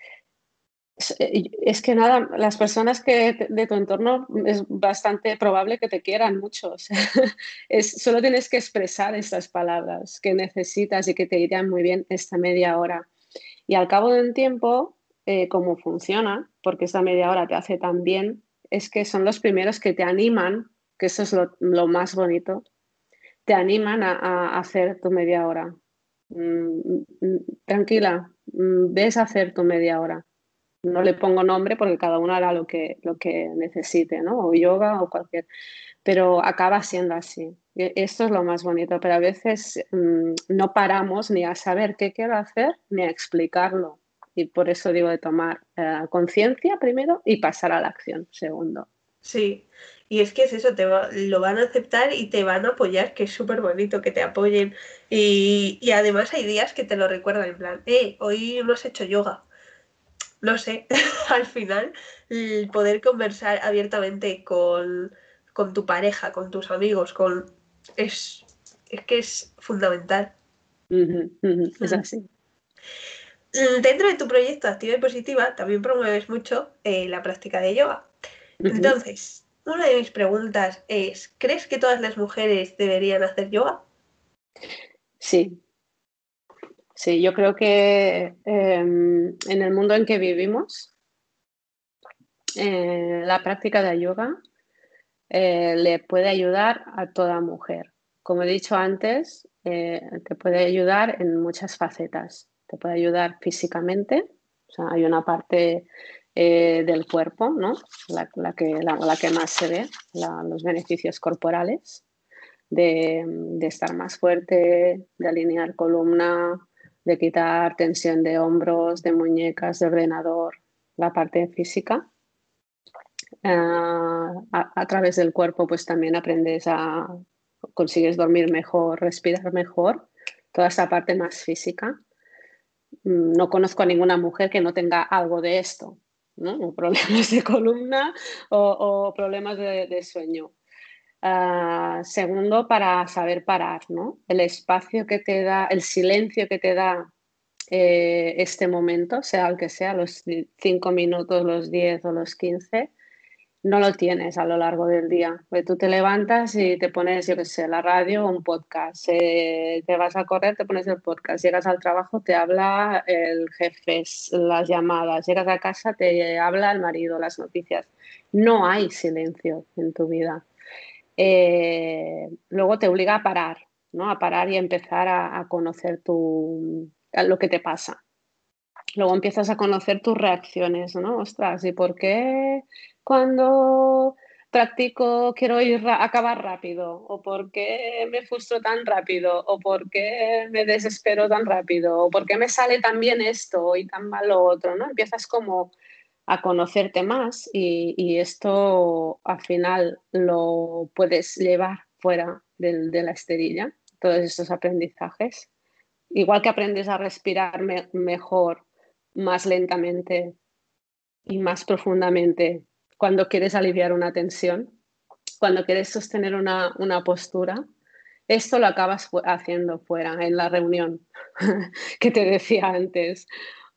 Es, eh, es que nada, las personas que te- de tu entorno es bastante probable que te quieran mucho. O sea, es, solo tienes que expresar estas palabras que necesitas y que te irían muy bien esta media hora. Y al cabo de un tiempo, eh, como funciona, porque esta media hora te hace tan bien, es que son los primeros que te animan, que eso es lo, lo más bonito, te animan a, a hacer tu media hora. mm, mm, tranquila, mm, ves a hacer tu media hora. No le pongo nombre porque cada uno hará lo que, lo que necesite, ¿no? O yoga o cualquier, pero acaba siendo así. E- Esto es lo más bonito, pero a veces mm, no paramos ni a saber qué quiero hacer ni a explicarlo. Y por eso digo de tomar eh, conciencia primero y pasar a la acción segundo. Sí, y es que es eso, te va- lo van a aceptar y te van a apoyar, que es súper bonito que te apoyen. Y, y además hay días que te lo recuerdan en plan, eh, hoy no has hecho yoga. No sé, al final, el poder conversar abiertamente con, con tu pareja, con tus amigos, con es, es que es fundamental. Ujú, ujú, es Mm. así. Mm, Dentro de tu proyecto Activa y Positiva también promueves mucho eh, la práctica de yoga. Ujú. Entonces, una de mis preguntas es, ¿crees que todas las mujeres deberían hacer yoga? Sí, sí, yo creo que em, en el mundo en que vivimos, eh, la práctica de yoga eh, le puede ayudar a toda mujer. Como he dicho antes, eh, te puede ayudar en muchas facetas. Te puede ayudar físicamente, o sea, hay una parte eh, del cuerpo, ¿no? La, la que, la, la que más se ve, la- los beneficios corporales de, de estar más fuerte, de alinear columna, de quitar tensión de hombros, de muñecas, de ordenador, la parte física. Ah, a, a través del cuerpo pues también aprendes a, consigues dormir mejor, respirar mejor, toda esa parte más física. Mm, No conozco a ninguna mujer que no tenga algo de esto, ¿no? O problemas de columna o, o problemas de, de sueño. Ah, segundo, para saber parar, ¿no? El espacio que te da, el silencio que te da eh, este momento, sea el que sea, los cinco minutos, los diez o los quince, no lo tienes a lo largo del día. Pues tú te levantas y te pones, yo qué sé, la radio o un podcast. Eh, te vas a correr, te pones el podcast. Llegas al trabajo, te habla el jefe, las llamadas. Llegas a casa, te habla el marido, las noticias. No hay silencio en tu vida. Eh, luego te obliga a parar, ¿no? A parar y empezar a, a conocer tu, a lo que te pasa. Luego empiezas a conocer tus reacciones, ¿no? Ostras, ¿y por qué cuando practico quiero ir ra- acabar rápido? ¿O por qué me frustro tan rápido? ¿O por qué me desespero tan rápido? ¿O por qué me sale tan bien esto y tan mal lo otro? ¿No? Empiezas como a conocerte más y, y esto al final lo puedes llevar fuera del- de la esterilla, todos estos aprendizajes. Igual que aprendes a respirar me- mejor, más lentamente y más profundamente cuando quieres aliviar una tensión, cuando quieres sostener una, una postura, esto lo acabas fu- haciendo fuera, en la reunión que te decía antes.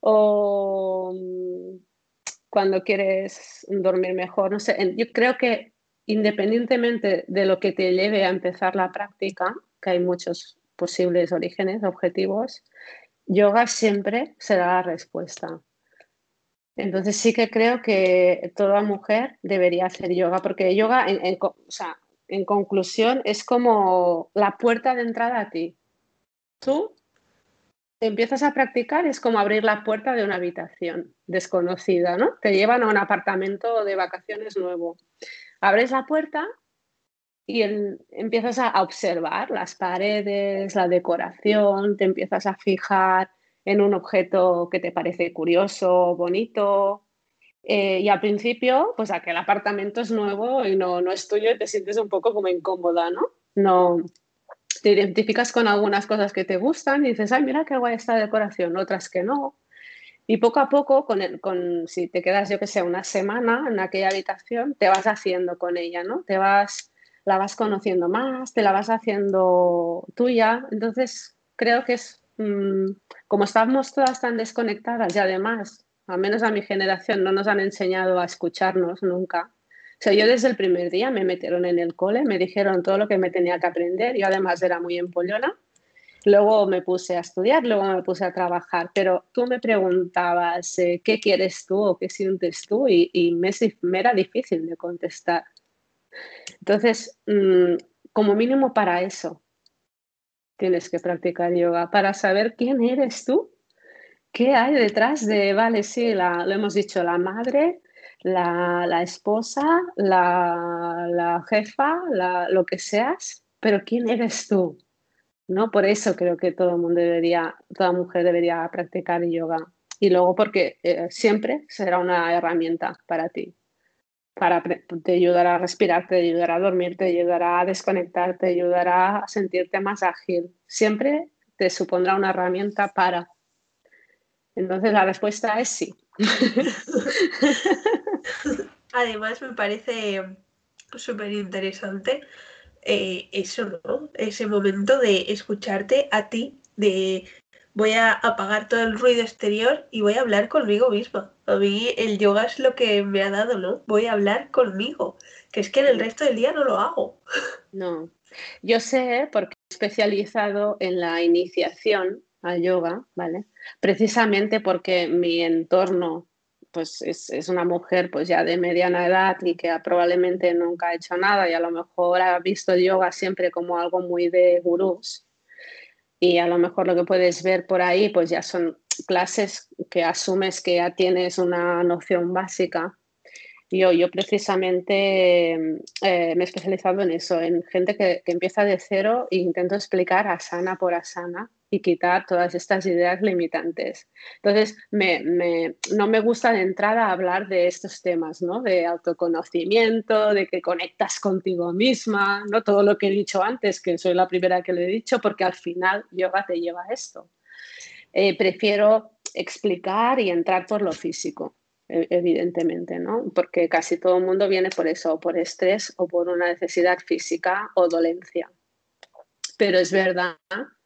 O mm, cuando quieres dormir mejor, no sé, en- yo creo que independientemente de lo que te lleve a empezar la práctica, que hay muchos posibles orígenes, objetivos, yoga siempre será la respuesta. Entonces sí que creo que toda mujer debería hacer yoga, porque yoga, en, en co- o sea, en conclusión, es como la puerta de entrada a ti. Tú empiezas a practicar, es como abrir la puerta de una habitación desconocida, ¿no? Te llevan a un apartamento de vacaciones nuevo. Abres la puerta y el- empiezas a, a observar las paredes, la decoración, te empiezas a fijar en un objeto que te parece curioso, bonito. Eh, y al principio, pues aquel apartamento es nuevo y no, no es tuyo y te sientes un poco como incómoda, ¿no? No te identificas con algunas cosas que te gustan y dices, ay, mira qué guay esta decoración, otras que no. Y poco a poco, con el, con, si te quedas, yo que sé, una semana en aquella habitación, te vas haciendo con ella, ¿no? Te vas, la vas conociendo más, te la vas haciendo tuya. Entonces, creo que es, mmm, como estamos todas tan desconectadas y además, al menos a mi generación, no nos han enseñado a escucharnos nunca. O sea, yo desde el primer día me metieron en el cole, me dijeron todo lo que me tenía que aprender. Yo además era muy empollona. Luego me puse a estudiar, luego me puse a trabajar, pero tú me preguntabas eh, qué quieres tú o qué sientes tú y, y me, es dif- me era difícil de contestar. Entonces, mm, como mínimo para eso, tienes que practicar yoga para saber quién eres tú, qué hay detrás de, vale, sí, la, lo hemos dicho, la madre, la, la esposa, la, la jefa, la, lo que seas, pero quién eres tú, ¿no? Por eso creo que todo el mundo debería, toda mujer debería practicar yoga. Y luego porque eh, siempre será una herramienta para ti. Para te ayudará a respirar, te ayudará a dormir, te ayudará a desconectar, te ayudará a sentirte más ágil. Siempre te supondrá una herramienta para. Entonces la respuesta es sí. Además, me parece súper interesante eh, eso, ¿no? Ese momento de escucharte a ti, de voy a apagar todo el ruido exterior y voy a hablar conmigo misma. A mí el yoga es lo que me ha dado, ¿no? Voy a hablar conmigo, que es que en el resto del día no lo hago. No, yo sé porque he especializado en la iniciación al yoga, ¿vale? Precisamente porque mi entorno pues es, es una mujer pues ya de mediana edad y que probablemente nunca ha hecho nada y a lo mejor ha visto el yoga siempre como algo muy de gurús y a lo mejor lo que puedes ver por ahí pues ya son clases que asumes que ya tienes una noción básica. Yo, yo precisamente eh, me he especializado en eso, en gente que, que empieza de cero e intento explicar asana por asana y quitar todas estas ideas limitantes. Entonces, me, me, no me gusta de entrada hablar de estos temas, ¿no? De autoconocimiento, de que conectas contigo misma, ¿no? Todo lo que he dicho antes, que soy la primera que lo he dicho, porque al final yoga te lleva a esto. Eh, prefiero explicar y entrar por lo físico, evidentemente, ¿no? Porque casi todo el mundo viene por eso, o por estrés o por una necesidad física o dolencia. Pero es verdad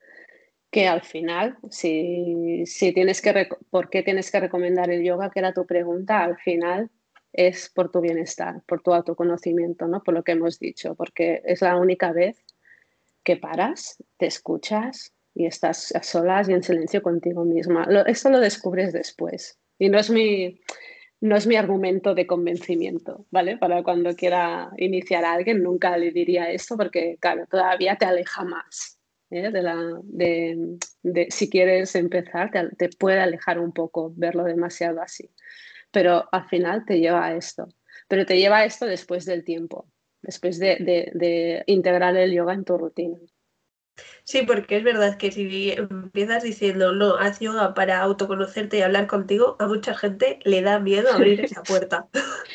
que al final, si, si tienes que, ¿por qué tienes que recomendar el yoga? Que era tu pregunta, al final es por tu bienestar, por tu autoconocimiento, ¿no? Por lo que hemos dicho, porque es la única vez que paras, te escuchas y estás a solas y en silencio contigo misma. Lo, esto lo descubres después y no es mi, no es mi argumento de convencimiento, ¿vale? Para cuando quiera iniciar a alguien nunca le diría esto porque, claro, todavía te aleja más. ¿eh? De la, de, de, si quieres empezar, te, te puede alejar un poco verlo demasiado así. Pero al final te lleva a esto. Pero te lleva a esto después del tiempo, después de, de, de integrar el yoga en tu rutina. Sí, porque es verdad que si empiezas diciendo, no, haz yoga para autoconocerte y hablar contigo, a mucha gente le da miedo abrir esa puerta.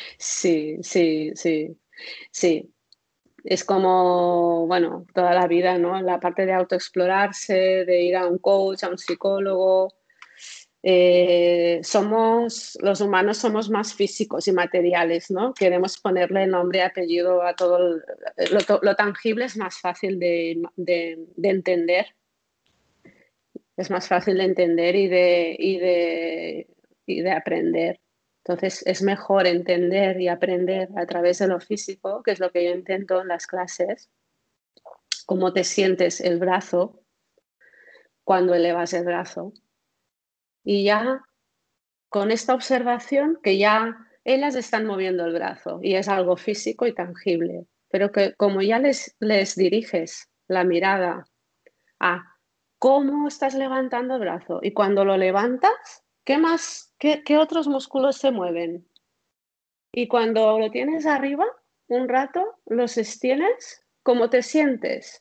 Sí, sí, sí, sí. Es como, bueno, toda la vida, ¿no? La parte de autoexplorarse, de ir a un coach, a un psicólogo. Eh, somos, los humanos somos más físicos y materiales, ¿no? Queremos ponerle nombre y apellido a todo. El, lo, lo, tangible es más fácil de, de, de entender. Es más fácil de entender y de, y de, y de aprender. Entonces es mejor entender y aprender a través de lo físico, que es lo que yo intento en las clases, cómo te sientes el brazo cuando elevas el brazo. Y ya con esta observación que ya ellas están moviendo el brazo y es algo físico y tangible, pero que como ya les, les diriges la mirada a cómo estás levantando el brazo y cuando lo levantas, ¿qué más, qué, qué otros músculos se mueven? Y cuando lo tienes arriba, un rato, los extiendes, ¿cómo te sientes?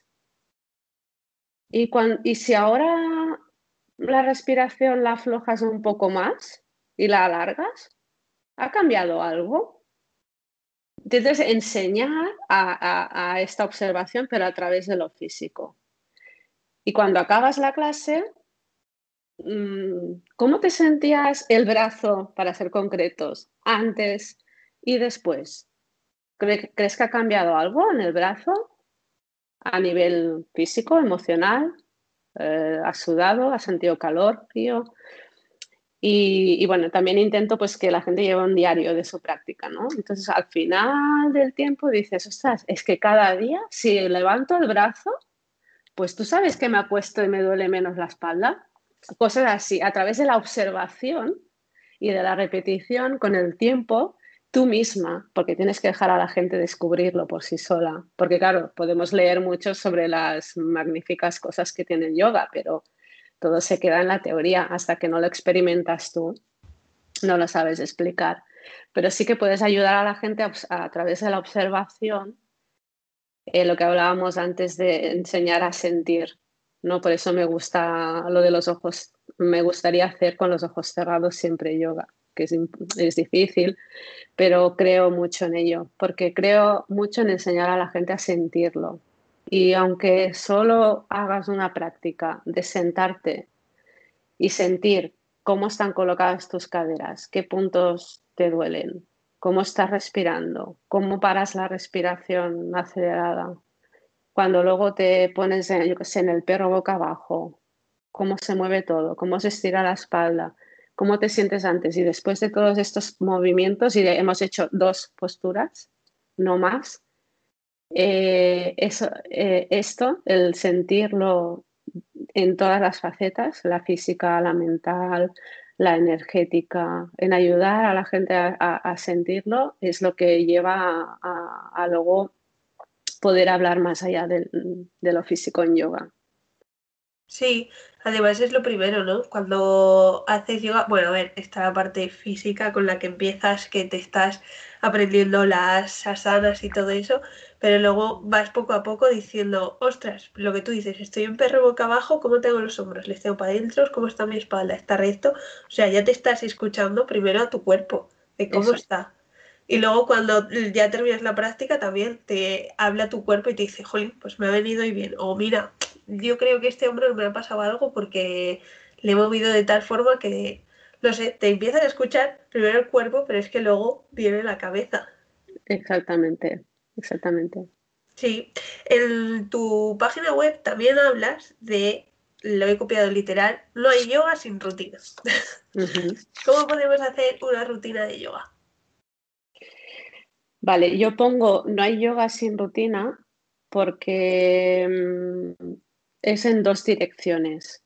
Y, cuando, y si ahora la respiración la aflojas un poco más y la alargas, ¿ha cambiado algo? Entonces, enseñar a, a, a esta observación, pero a través de lo físico. Y cuando acabas la clase, ¿cómo te sentías el brazo, para ser concretos, antes y después? ¿Crees que ha cambiado algo en el brazo a nivel físico, emocional? Eh, ¿Has sudado? ¿Has sentido calor, frío? Y, y, bueno, también intento pues que la gente lleve un diario de su práctica, ¿no? Entonces, al final del tiempo dices, ostras, es que cada día, si levanto el brazo, pues tú sabes que me acuesto y me duele menos la espalda. Cosas así, a través de la observación y de la repetición con el tiempo, tú misma, porque tienes que dejar a la gente descubrirlo por sí sola. Porque claro, podemos leer mucho sobre las magníficas cosas que tiene el yoga, pero todo se queda en la teoría. Hasta que no lo experimentas tú, no lo sabes explicar. Pero sí que puedes ayudar a la gente a, a través de la observación, eh, lo que hablábamos antes de enseñar a sentir, ¿no? Por eso me gusta lo de los ojos, me gustaría hacer con los ojos cerrados siempre yoga, que es, es difícil, pero creo mucho en ello, porque creo mucho en enseñar a la gente a sentirlo. Y aunque solo hagas una práctica de sentarte y sentir cómo están colocadas tus caderas, qué puntos te duelen, cómo estás respirando, cómo paras la respiración acelerada, cuando luego te pones en, yo qué sé, en el perro boca abajo, cómo se mueve todo, cómo se estira la espalda, cómo te sientes antes y después de todos estos movimientos, y hemos hecho dos posturas, no más. Eh, eso, eh, esto, el sentirlo en todas las facetas, la física, la mental, la energética, en ayudar a la gente a, a- a sentirlo, es lo que lleva a, a- a luego poder hablar más allá del- de lo físico en yoga. Sí, además es lo primero, ¿no? Cuando haces yoga, bueno, a ver, está la parte física con la que empiezas, que te estás aprendiendo las asanas y todo eso, pero luego vas poco a poco diciendo, ostras, lo que tú dices, estoy en perro boca abajo, ¿cómo tengo los hombros? ¿Les tengo para adentro? ¿Cómo está mi espalda? ¿Está recto? O sea, ya te estás escuchando primero a tu cuerpo, de cómo Eso, está. Y luego cuando ya terminas la práctica también te habla tu cuerpo y te dice, jolín, pues me ha venido y bien. O mira, yo creo que este hombre me ha pasado algo porque le he movido de tal forma que, no sé, te empiezas a escuchar primero el cuerpo, pero es que luego viene la cabeza. exactamente, exactamente. Sí, en tu página web también hablas de, lo he copiado literal, no hay yoga sin rutina. Ujú. ¿Cómo podemos hacer una rutina de yoga? Vale, yo pongo, no hay yoga sin rutina porque mm, es en dos direcciones.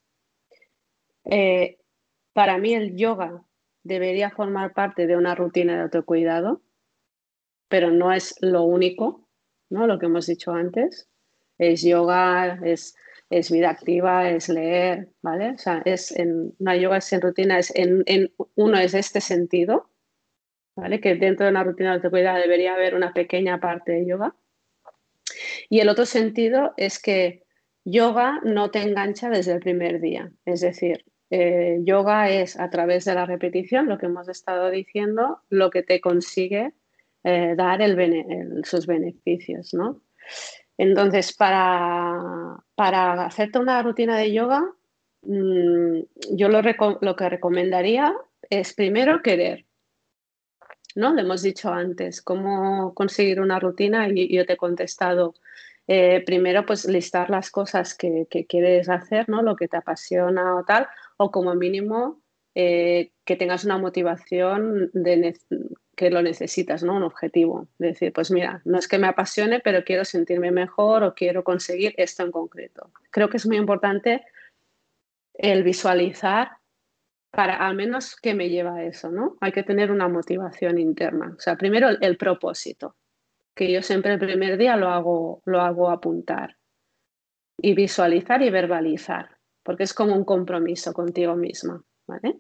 Eh, para mí el yoga debería formar parte de una rutina de autocuidado, pero no es lo único, ¿no? Lo que hemos dicho antes. Es yoga, es, es vida activa, es leer, ¿vale? O sea, es en, no hay yoga sin rutina, es en, en, uno es este sentido, ¿vale? Que dentro de una rutina de autocuidado debería haber una pequeña parte de yoga. Y el otro sentido es que yoga no te engancha desde el primer día. Es decir, eh, yoga es a través de la repetición, lo que hemos estado diciendo, lo que te consigue eh, dar el bene- el- sus beneficios, ¿no? Entonces, para, para hacerte una rutina de yoga, mmm, yo lo, reco- lo que recomendaría es primero querer, ¿no? Le hemos dicho antes cómo conseguir una rutina y yo te he contestado. Eh, primero, pues listar las cosas que, que quieres hacer, ¿no? Lo que te apasiona o tal, o como mínimo eh, que tengas una motivación de ne- que lo necesitas, ¿no? Un objetivo. De decir, pues mira, no es que me apasione, pero quiero sentirme mejor o quiero conseguir esto en concreto. Creo que es muy importante el visualizar para al menos qué me lleva a eso, ¿no? Hay que tener una motivación interna. O sea, primero el, el propósito, que yo siempre el primer día lo hago, lo hago apuntar y visualizar y verbalizar, porque es como un compromiso contigo misma, ¿vale?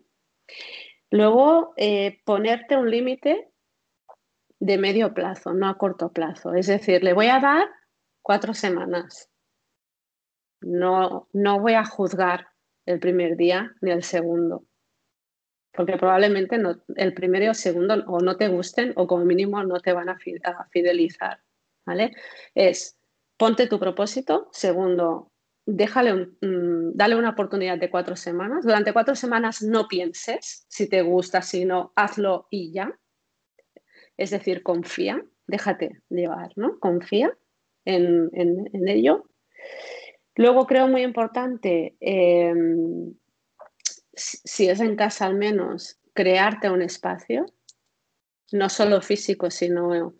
Luego, eh, ponerte un límite de medio plazo, no a corto plazo. Es decir, le voy a dar cuatro semanas. No, no voy a juzgar el primer día ni el segundo. Porque probablemente no, el primero y el segundo o no te gusten o como mínimo no te van a, fi- a fidelizar, ¿vale? Es ponte tu propósito. Segundo, déjale un- mm, dale una oportunidad de cuatro semanas. Durante cuatro semanas no pienses si te gusta, si no, hazlo y ya. Es decir, confía, déjate llevar, ¿no? Confía en, en- en ello. Luego creo muy importante, eh, si si es en casa al menos, crearte un espacio no solo físico, sino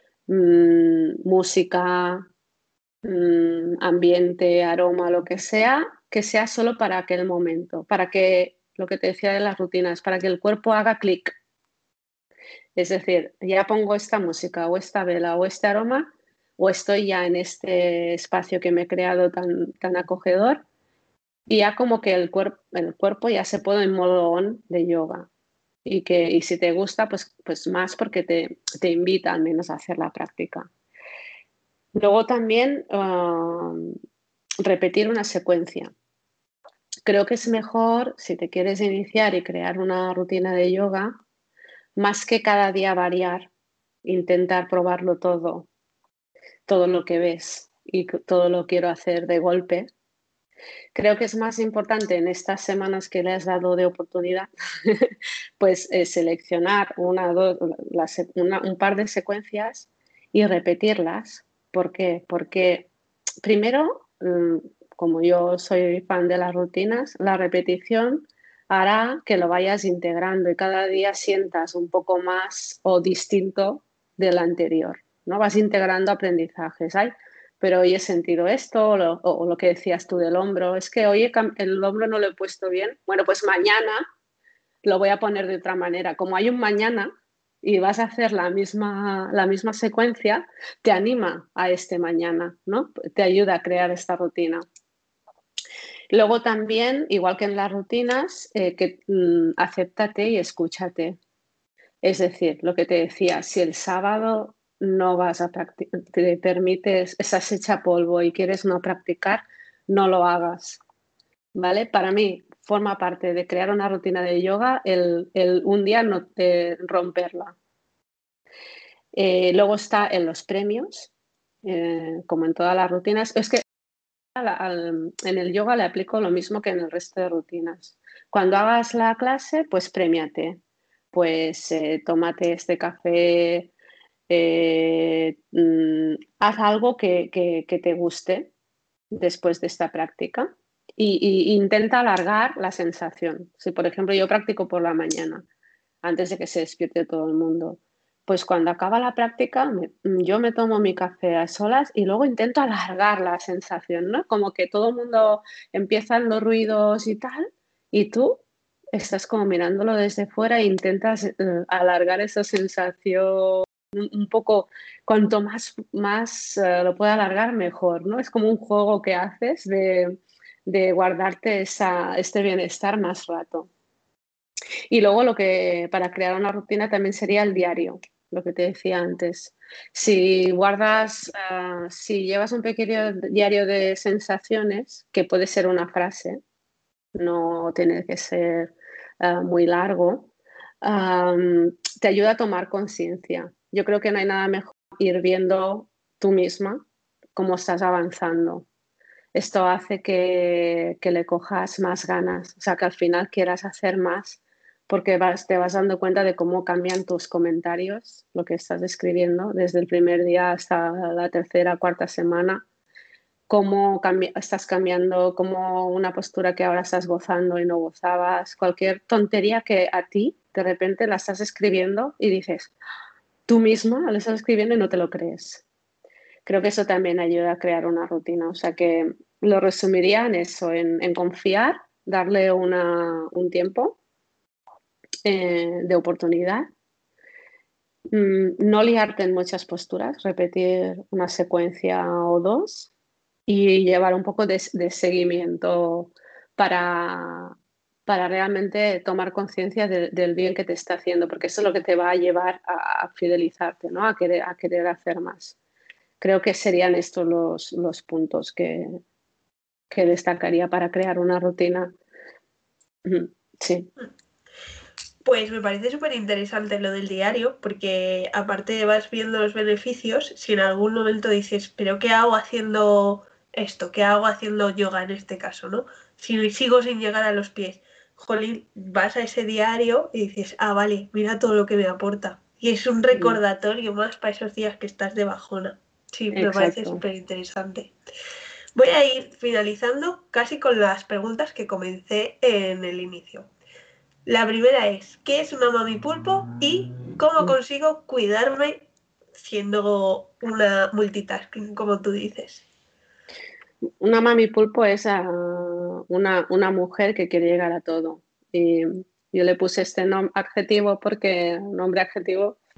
mm, música, mm, ambiente, aroma, lo que sea, que sea solo para aquel momento, para que, lo que te decía de las rutinas, para que el cuerpo haga clic. Es decir, ya pongo esta música o esta vela o este aroma o estoy ya en este espacio que me he creado tan, tan acogedor y ya como que el, cuerpo el cuerpo ya se pone en modo on de yoga. Y, que, y si te gusta, pues, pues más porque te, te invita al menos a hacer la práctica. Luego también uh, repetir una secuencia. Creo que es mejor, si te quieres iniciar y crear una rutina de yoga, más que cada día variar, intentar probarlo todo, todo lo que ves y todo lo quiero hacer de golpe. Creo que es más importante en estas semanas que le has dado de oportunidad, pues eh, seleccionar una, dos, la, una, un par de secuencias y repetirlas. ¿Por qué? Porque primero, como yo soy fan de las rutinas, la repetición hará que lo vayas integrando y cada día sientas un poco más o distinto del anterior, ¿no? Vas integrando aprendizajes. Ay, pero hoy he sentido esto, o lo, o lo que decías tú del hombro, es que hoy el hombro no lo he puesto bien. Bueno, pues mañana lo voy a poner de otra manera. Como hay un mañana y vas a hacer la misma, la misma secuencia, te anima a este mañana, ¿no? Te ayuda a crear esta rutina. Luego también, igual que en las rutinas, eh, que mmm, acéptate y escúchate. Es decir, lo que te decía, si el sábado no vas a practicar, te permites, estás hecha polvo y quieres no practicar, no lo hagas, ¿vale? Para mí forma parte de crear una rutina de yoga el, el un día no te romperla. Eh, luego está en los premios, eh, como en todas las rutinas. Es que al, al, en el yoga le aplico lo mismo que en el resto de rutinas. Cuando hagas la clase, pues premiate. Pues eh, tómate este café, eh, mm, haz algo que, que, que, te guste después de esta práctica y, y intenta alargar la sensación. Si, por ejemplo, yo practico por la mañana, antes de que se despierte todo el mundo, pues cuando acaba la práctica me, yo me tomo mi café a solas y luego intento alargar la sensación, ¿no? Como que todo el mundo empiezan los ruidos y tal, y tú estás como mirándolo desde fuera e intentas eh, alargar esa sensación un, un poco, cuanto más, más uh, lo pueda alargar, mejor, ¿no? Es como un juego que haces de, de guardarte esa, este bienestar más rato. Y luego lo que para crear una rutina también sería el diario, lo que te decía antes. Si guardas, uh, si llevas un pequeño diario de sensaciones, que puede ser una frase, no tiene que ser uh, muy largo, um, te ayuda a tomar conciencia. Yo creo que no hay nada mejor que ir viendo tú misma cómo estás avanzando. Esto hace que, que le cojas más ganas, o sea, que al final quieras hacer más porque vas, te vas dando cuenta de cómo cambian tus comentarios, lo que estás escribiendo, desde el primer día hasta la tercera, cuarta semana, cómo cambi- estás cambiando, cómo una postura que ahora estás gozando y no gozabas, cualquier tontería que a ti de repente la estás escribiendo y dices, tú misma la estás escribiendo y no te lo crees. Creo que eso también ayuda a crear una rutina, o sea que lo resumiría en eso, en, en confiar, darle una, un tiempo eh, de oportunidad, mm, no liarte en muchas posturas, repetir una secuencia o dos y llevar un poco de, de seguimiento para, para realmente tomar conciencia de, del bien que te está haciendo, porque eso es lo que te va a llevar a, a fidelizarte, ¿no? A querer, a querer hacer más. Creo que serían estos los, los puntos que, que destacaría para crear una rutina. Sí. Pues me parece súper interesante lo del diario, porque aparte vas viendo los beneficios, si en algún momento dices, pero ¿qué hago haciendo esto? ¿Qué hago haciendo yoga en este caso, no? Si sigo sin llegar a los pies, jolín, vas a ese diario y dices, ah, vale, mira todo lo que me aporta. Y es un recordatorio más para esos días que estás de bajona. Sí, me parece Exacto. súper interesante. Voy a ir finalizando casi con las preguntas que comencé en el inicio. La primera es, ¿qué es una mami pulpo? Y ¿cómo consigo cuidarme siendo una multitasking, como tú dices? Una mami pulpo es uh, una, una mujer que quiere llegar a todo. Y yo le puse este nom adjetivo porque, nombre adjetivo,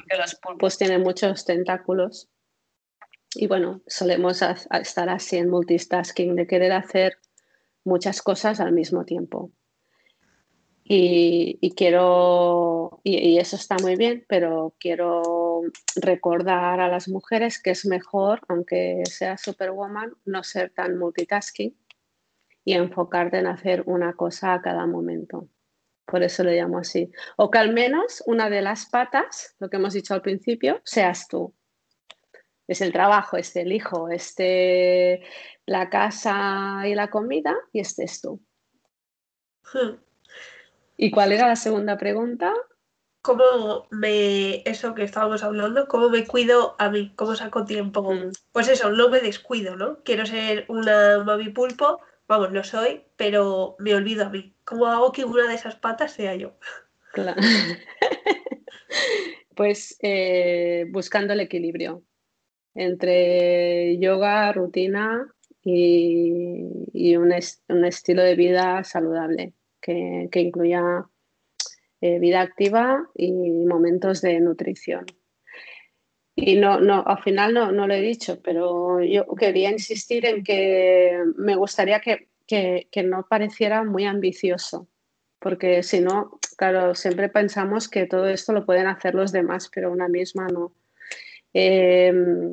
porque los pulpos tienen muchos tentáculos y bueno, solemos a, a estar así en multitasking, de querer hacer muchas cosas al mismo tiempo. Y, y quiero, y, y eso está muy bien, pero quiero recordar a las mujeres que es mejor, aunque seas superwoman, no ser tan multitasking y enfocarte en hacer una cosa a cada momento. Por eso le llamo así. O que al menos una de las patas, lo que hemos dicho al principio, seas tú. Es el trabajo, este el hijo, este la casa y la comida, y este es tú. Hmm. ¿Y cuál era la segunda pregunta? ¿Cómo me, eso que estábamos hablando, cómo me cuido a mí? ¿Cómo saco tiempo? Mm, Pues eso, no me descuido, ¿no? Quiero ser una mami pulpo, vamos, lo soy, pero me olvido a mí. ¿Cómo hago que una de esas patas sea yo? claro. Pues eh, buscando el equilibrio entre yoga, rutina y, y un, es- un estilo de vida saludable que, que incluya eh, vida activa y momentos de nutrición. Y no, no, al final no, no lo he dicho, pero yo quería insistir en que me gustaría que, que, que no pareciera muy ambicioso, porque si no, claro, siempre pensamos que todo esto lo pueden hacer los demás, pero una misma no. Eh,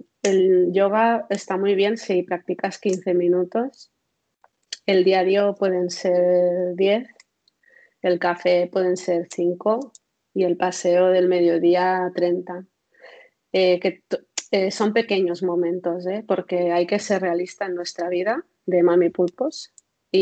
el yoga está muy bien si practicas quince minutos, el diario pueden ser diez, el café pueden ser cinco y el paseo del mediodía treinta. Eh, que eh, son pequeños momentos, ¿eh? Porque hay que ser realista en nuestra vida de mami pulpos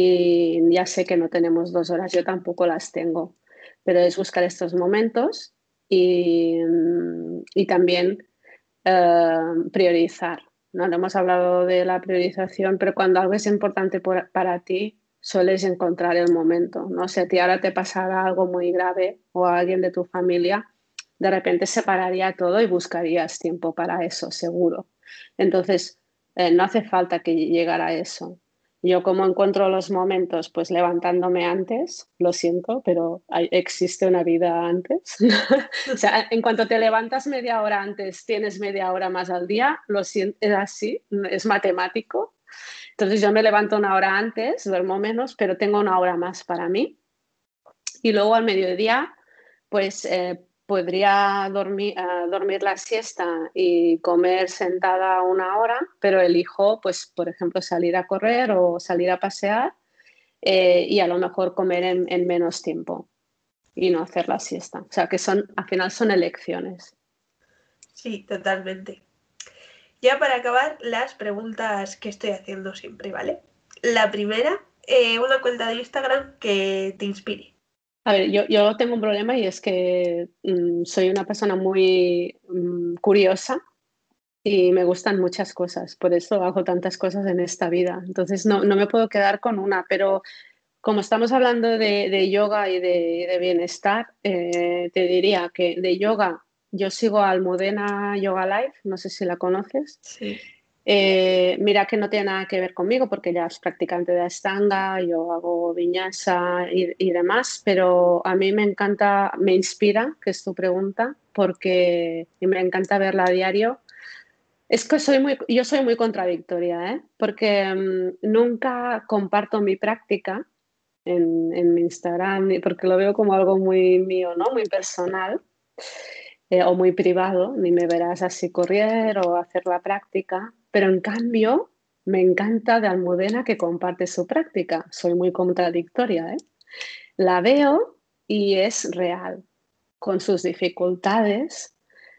y ya sé que no tenemos dos horas, yo tampoco las tengo, pero es buscar estos momentos y, y también eh, priorizar. No, no hemos hablado de la priorización, pero cuando algo es importante por, para ti, sueles encontrar el momento. No sé, si a ti ahora te pasara algo muy grave o a alguien de tu familia, de repente separaría todo y buscarías tiempo para eso, seguro. Entonces, eh, no hace falta que llegara a eso. Yo como encuentro los momentos, pues levantándome antes, lo siento, pero hay, existe una vida antes. O sea, en cuanto te levantas media hora antes, tienes media hora más al día, lo siento, es así, es matemático. Entonces yo me levanto una hora antes, duermo menos, pero tengo una hora más para mí. Y luego al mediodía, pues eh, podría dormir, uh, dormir la siesta y comer sentada una hora, pero elijo, pues, por ejemplo, salir a correr o salir a pasear eh, y a lo mejor comer en, en menos tiempo y no hacer la siesta. O sea, que son, al final son elecciones. Sí, totalmente. Ya para acabar, las preguntas que estoy haciendo siempre, ¿vale? La primera, eh, una cuenta de Instagram que te inspire. A ver, yo, yo tengo un problema y es que mm, soy una persona muy mm, curiosa y me gustan muchas cosas, por eso hago tantas cosas en esta vida. Entonces no, no me puedo quedar con una, pero como estamos hablando de, de yoga y de, de bienestar, eh, te diría que de yoga yo sigo a Almudena Yoga Life, no sé si la conoces. Sí. Eh, mira que no tiene nada que ver conmigo porque ella es practicante de Ashtanga, yo hago viñasa y, y demás, pero a mí me encanta, me inspira, que es tu pregunta, porque y me encanta verla a diario. Es que soy muy, yo soy muy contradictoria, ¿eh? Porque mm, nunca comparto mi práctica en, en mi Instagram, y- porque lo veo como algo muy mío, ¿no? Muy personal eh, o muy privado, ni me verás así correr o hacer la práctica, pero en cambio me encanta de Almudena que comparte su práctica. Soy muy contradictoria, ¿eh? La veo y es real, con sus dificultades,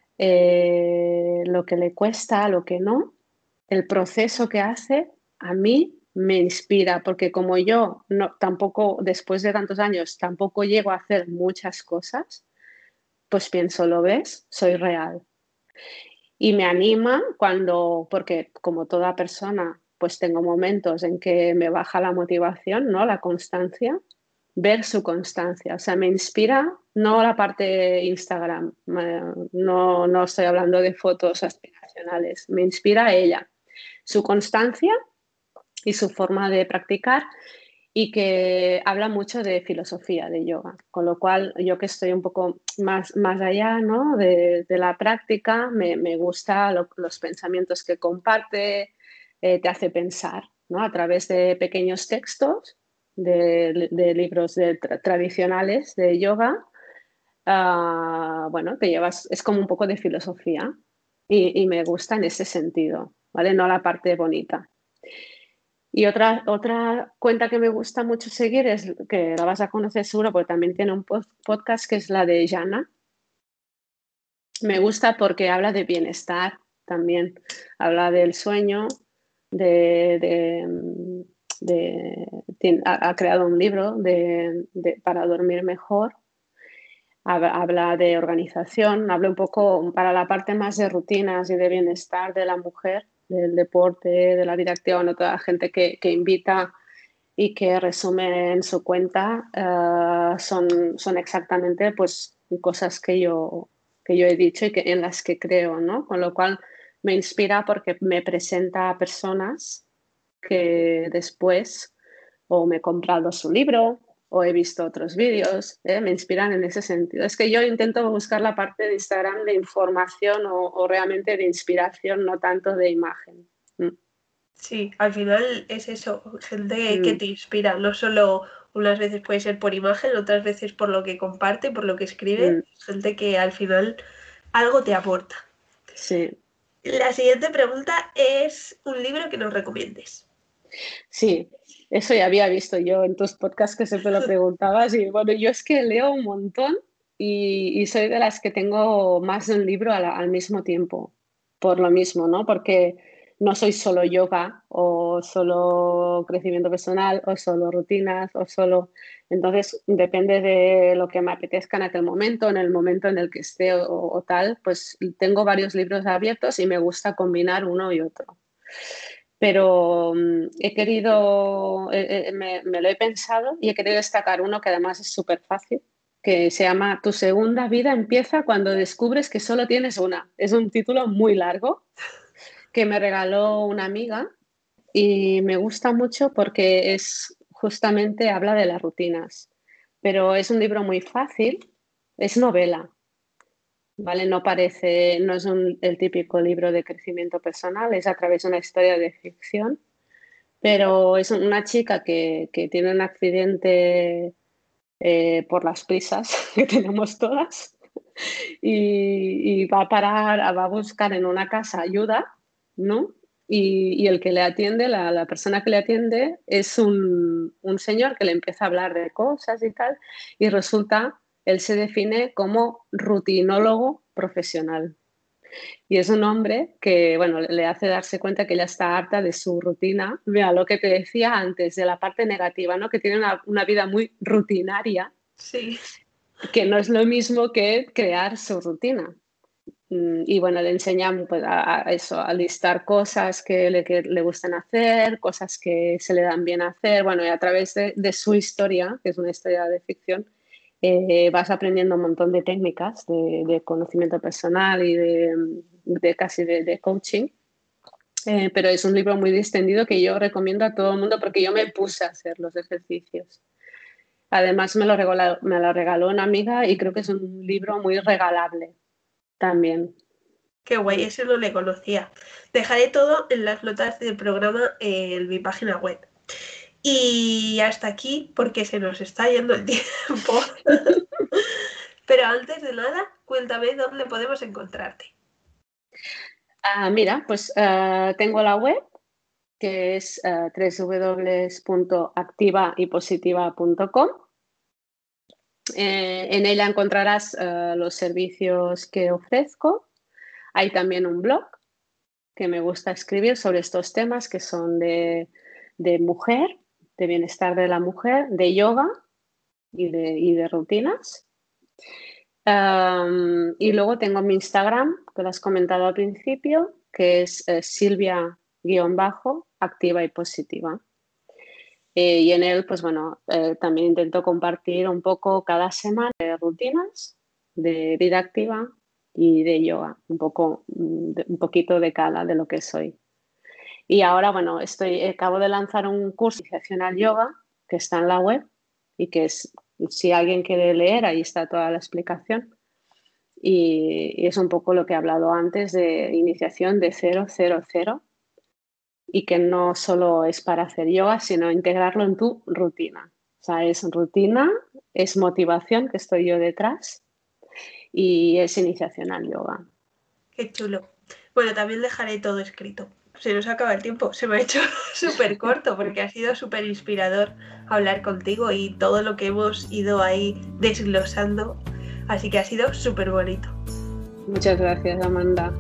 eh, lo que le cuesta, lo que no, el proceso que hace a mí me inspira, porque como yo no, tampoco, después de tantos años, tampoco llego a hacer muchas cosas, pues pienso, ¿lo ves? Soy real. Y me anima cuando, porque como toda persona, pues tengo momentos en que me baja la motivación, ¿no? La constancia, ver su constancia. O sea, me inspira, no la parte Instagram, no, no estoy hablando de fotos aspiracionales, me inspira ella, su constancia y su forma de practicar. y que habla mucho de filosofía de yoga, con lo cual yo que estoy un poco más, más allá, ¿no?, de, de la práctica, me, me gusta lo, los pensamientos que comparte, eh, te hace pensar, ¿no?, a través de pequeños textos de, de libros de tra tradicionales de yoga. Uh, bueno, te llevas, es como un poco de filosofía y, y me gusta en ese sentido, ¿vale? No la parte bonita. Y otra, otra cuenta que me gusta mucho seguir es, que la vas a conocer seguro porque también tiene un podcast, que es la de Jana. Me gusta porque habla de bienestar también, habla del sueño, de, de, de, de ha, ha creado un libro de, de, para dormir mejor. Habla de organización, habla un poco para la parte más de rutinas y de bienestar de la mujer, del deporte, de la vida activa, no toda la gente que, que invita y que resume en su cuenta uh, son, son exactamente pues, cosas que yo, que yo he dicho y que, en las que creo, ¿no? Con lo cual me inspira porque me presenta a personas que después o me he comprado su libro o he visto otros vídeos, ¿eh? Me inspiran en ese sentido. Es que yo intento buscar la parte de Instagram de información o, o realmente de inspiración, no tanto de imagen. Mm. Sí, al final es eso, gente que Mm. te inspira, no solo unas veces puede ser por imagen, otras veces por lo que comparte, por lo que escribe, Mm. gente que al final algo te aporta. Sí. La siguiente pregunta es un libro que nos recomiendes. Sí, eso ya había visto yo en tus podcasts que siempre lo preguntabas y bueno, yo es que leo un montón y, y soy de las que tengo más de un libro al, al mismo tiempo, por lo mismo, ¿no? Porque no soy solo yoga o solo crecimiento personal o solo rutinas o solo... Entonces, depende de lo que me apetezca en aquel momento, en el momento en el que esté o, o tal, pues tengo varios libros abiertos y me gusta combinar uno y otro. Pero um, he querido, eh, eh, me, me, lo he pensado y he querido destacar uno que además es súper fácil, que se llama Tu segunda vida empieza cuando descubres que solo tienes una. Es un título muy largo que me regaló una amiga y me gusta mucho porque es justamente habla de las rutinas, pero es un libro muy fácil, es novela. ¿Vale? No parece, no es un, el típico libro de crecimiento personal, es a través de una historia de ficción, pero es una chica que, que tiene un accidente eh, por las prisas que tenemos todas y, y va a parar, va a buscar en una casa ayuda, ¿no? Y, y el que le atiende, la, la, persona que le atiende, es un, un señor que le empieza a hablar de cosas y tal, y resulta, él se define como rutinólogo profesional. Y es un hombre que, bueno, le hace darse cuenta que ya está harta de su rutina. Mira, lo que te decía antes, de la parte negativa, ¿no? Que tiene una, una vida muy rutinaria, Sí. que no es lo mismo que crear su rutina. Y bueno, le enseñan pues, a, a eso, a listar cosas que le, que le gustan hacer, cosas que se le dan bien hacer. Bueno, y a través de, de su historia, que es una historia de ficción, eh, vas aprendiendo un montón de técnicas de, de conocimiento personal y de, de casi de, de coaching. Eh, pero es un libro muy distendido que yo recomiendo a todo el mundo porque yo me puse a hacer los ejercicios. Además, me lo regaló, me lo regaló una amiga y creo que es un libro muy regalable también. Qué guay, eso no le conocía. Dejaré todo en las notas del programa en mi página web. Y hasta aquí, porque se nos está yendo el tiempo. Pero antes de nada, cuéntame dónde podemos encontrarte. Ah, mira, pues uh, tengo la web que es uh, doble u doble u doble u punto activa y positiva punto com. Eh, en ella encontrarás uh, los servicios que ofrezco. Hay también un blog que me gusta escribir sobre estos temas que son de, de mujer, de bienestar de la mujer, de yoga y de, y de rutinas. Um, y luego tengo mi Instagram, que lo has comentado al principio, que es eh, Silvia-activa y positiva. Eh, y en él, pues bueno, eh, también intento compartir un poco cada semana de rutinas de vida activa y de yoga, un poco, de, un poquito de cada de lo que soy. Y ahora, bueno, estoy, acabo de lanzar un curso de iniciación al yoga que está en la web y que es, si alguien quiere leer, ahí está toda la explicación. Y, y es un poco lo que he hablado antes de iniciación de cero, cero, cero. Y que no solo es para hacer yoga, sino integrarlo en tu rutina. O sea, es rutina, es motivación, que estoy yo detrás, y es iniciación al yoga. Qué chulo. Bueno, también dejaré todo escrito. Se nos acaba el tiempo, se me ha hecho súper corto porque ha sido súper inspirador hablar contigo y todo lo que hemos ido ahí desglosando, así que ha sido súper bonito. Muchas gracias, Amanda.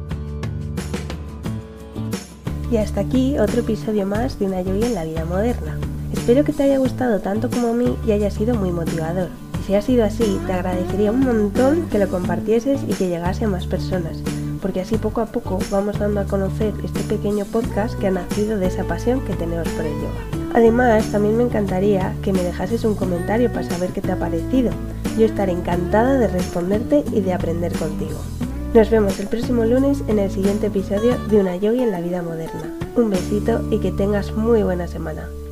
Y hasta aquí otro episodio más de Una Yogi en la vida moderna. Espero que te haya gustado tanto como a mí y haya sido muy motivador. Y si ha sido así, te agradecería un montón que lo compartieses y que llegase a más personas, porque así poco a poco vamos dando a conocer este pequeño podcast que ha nacido de esa pasión que tenemos por el yoga. Además, también me encantaría que me dejases un comentario para saber qué te ha parecido. Yo estaré encantada de responderte y de aprender contigo. Nos vemos el próximo lunes en el siguiente episodio de Una Yogi en la vida moderna. Un besito y que tengas muy buena semana.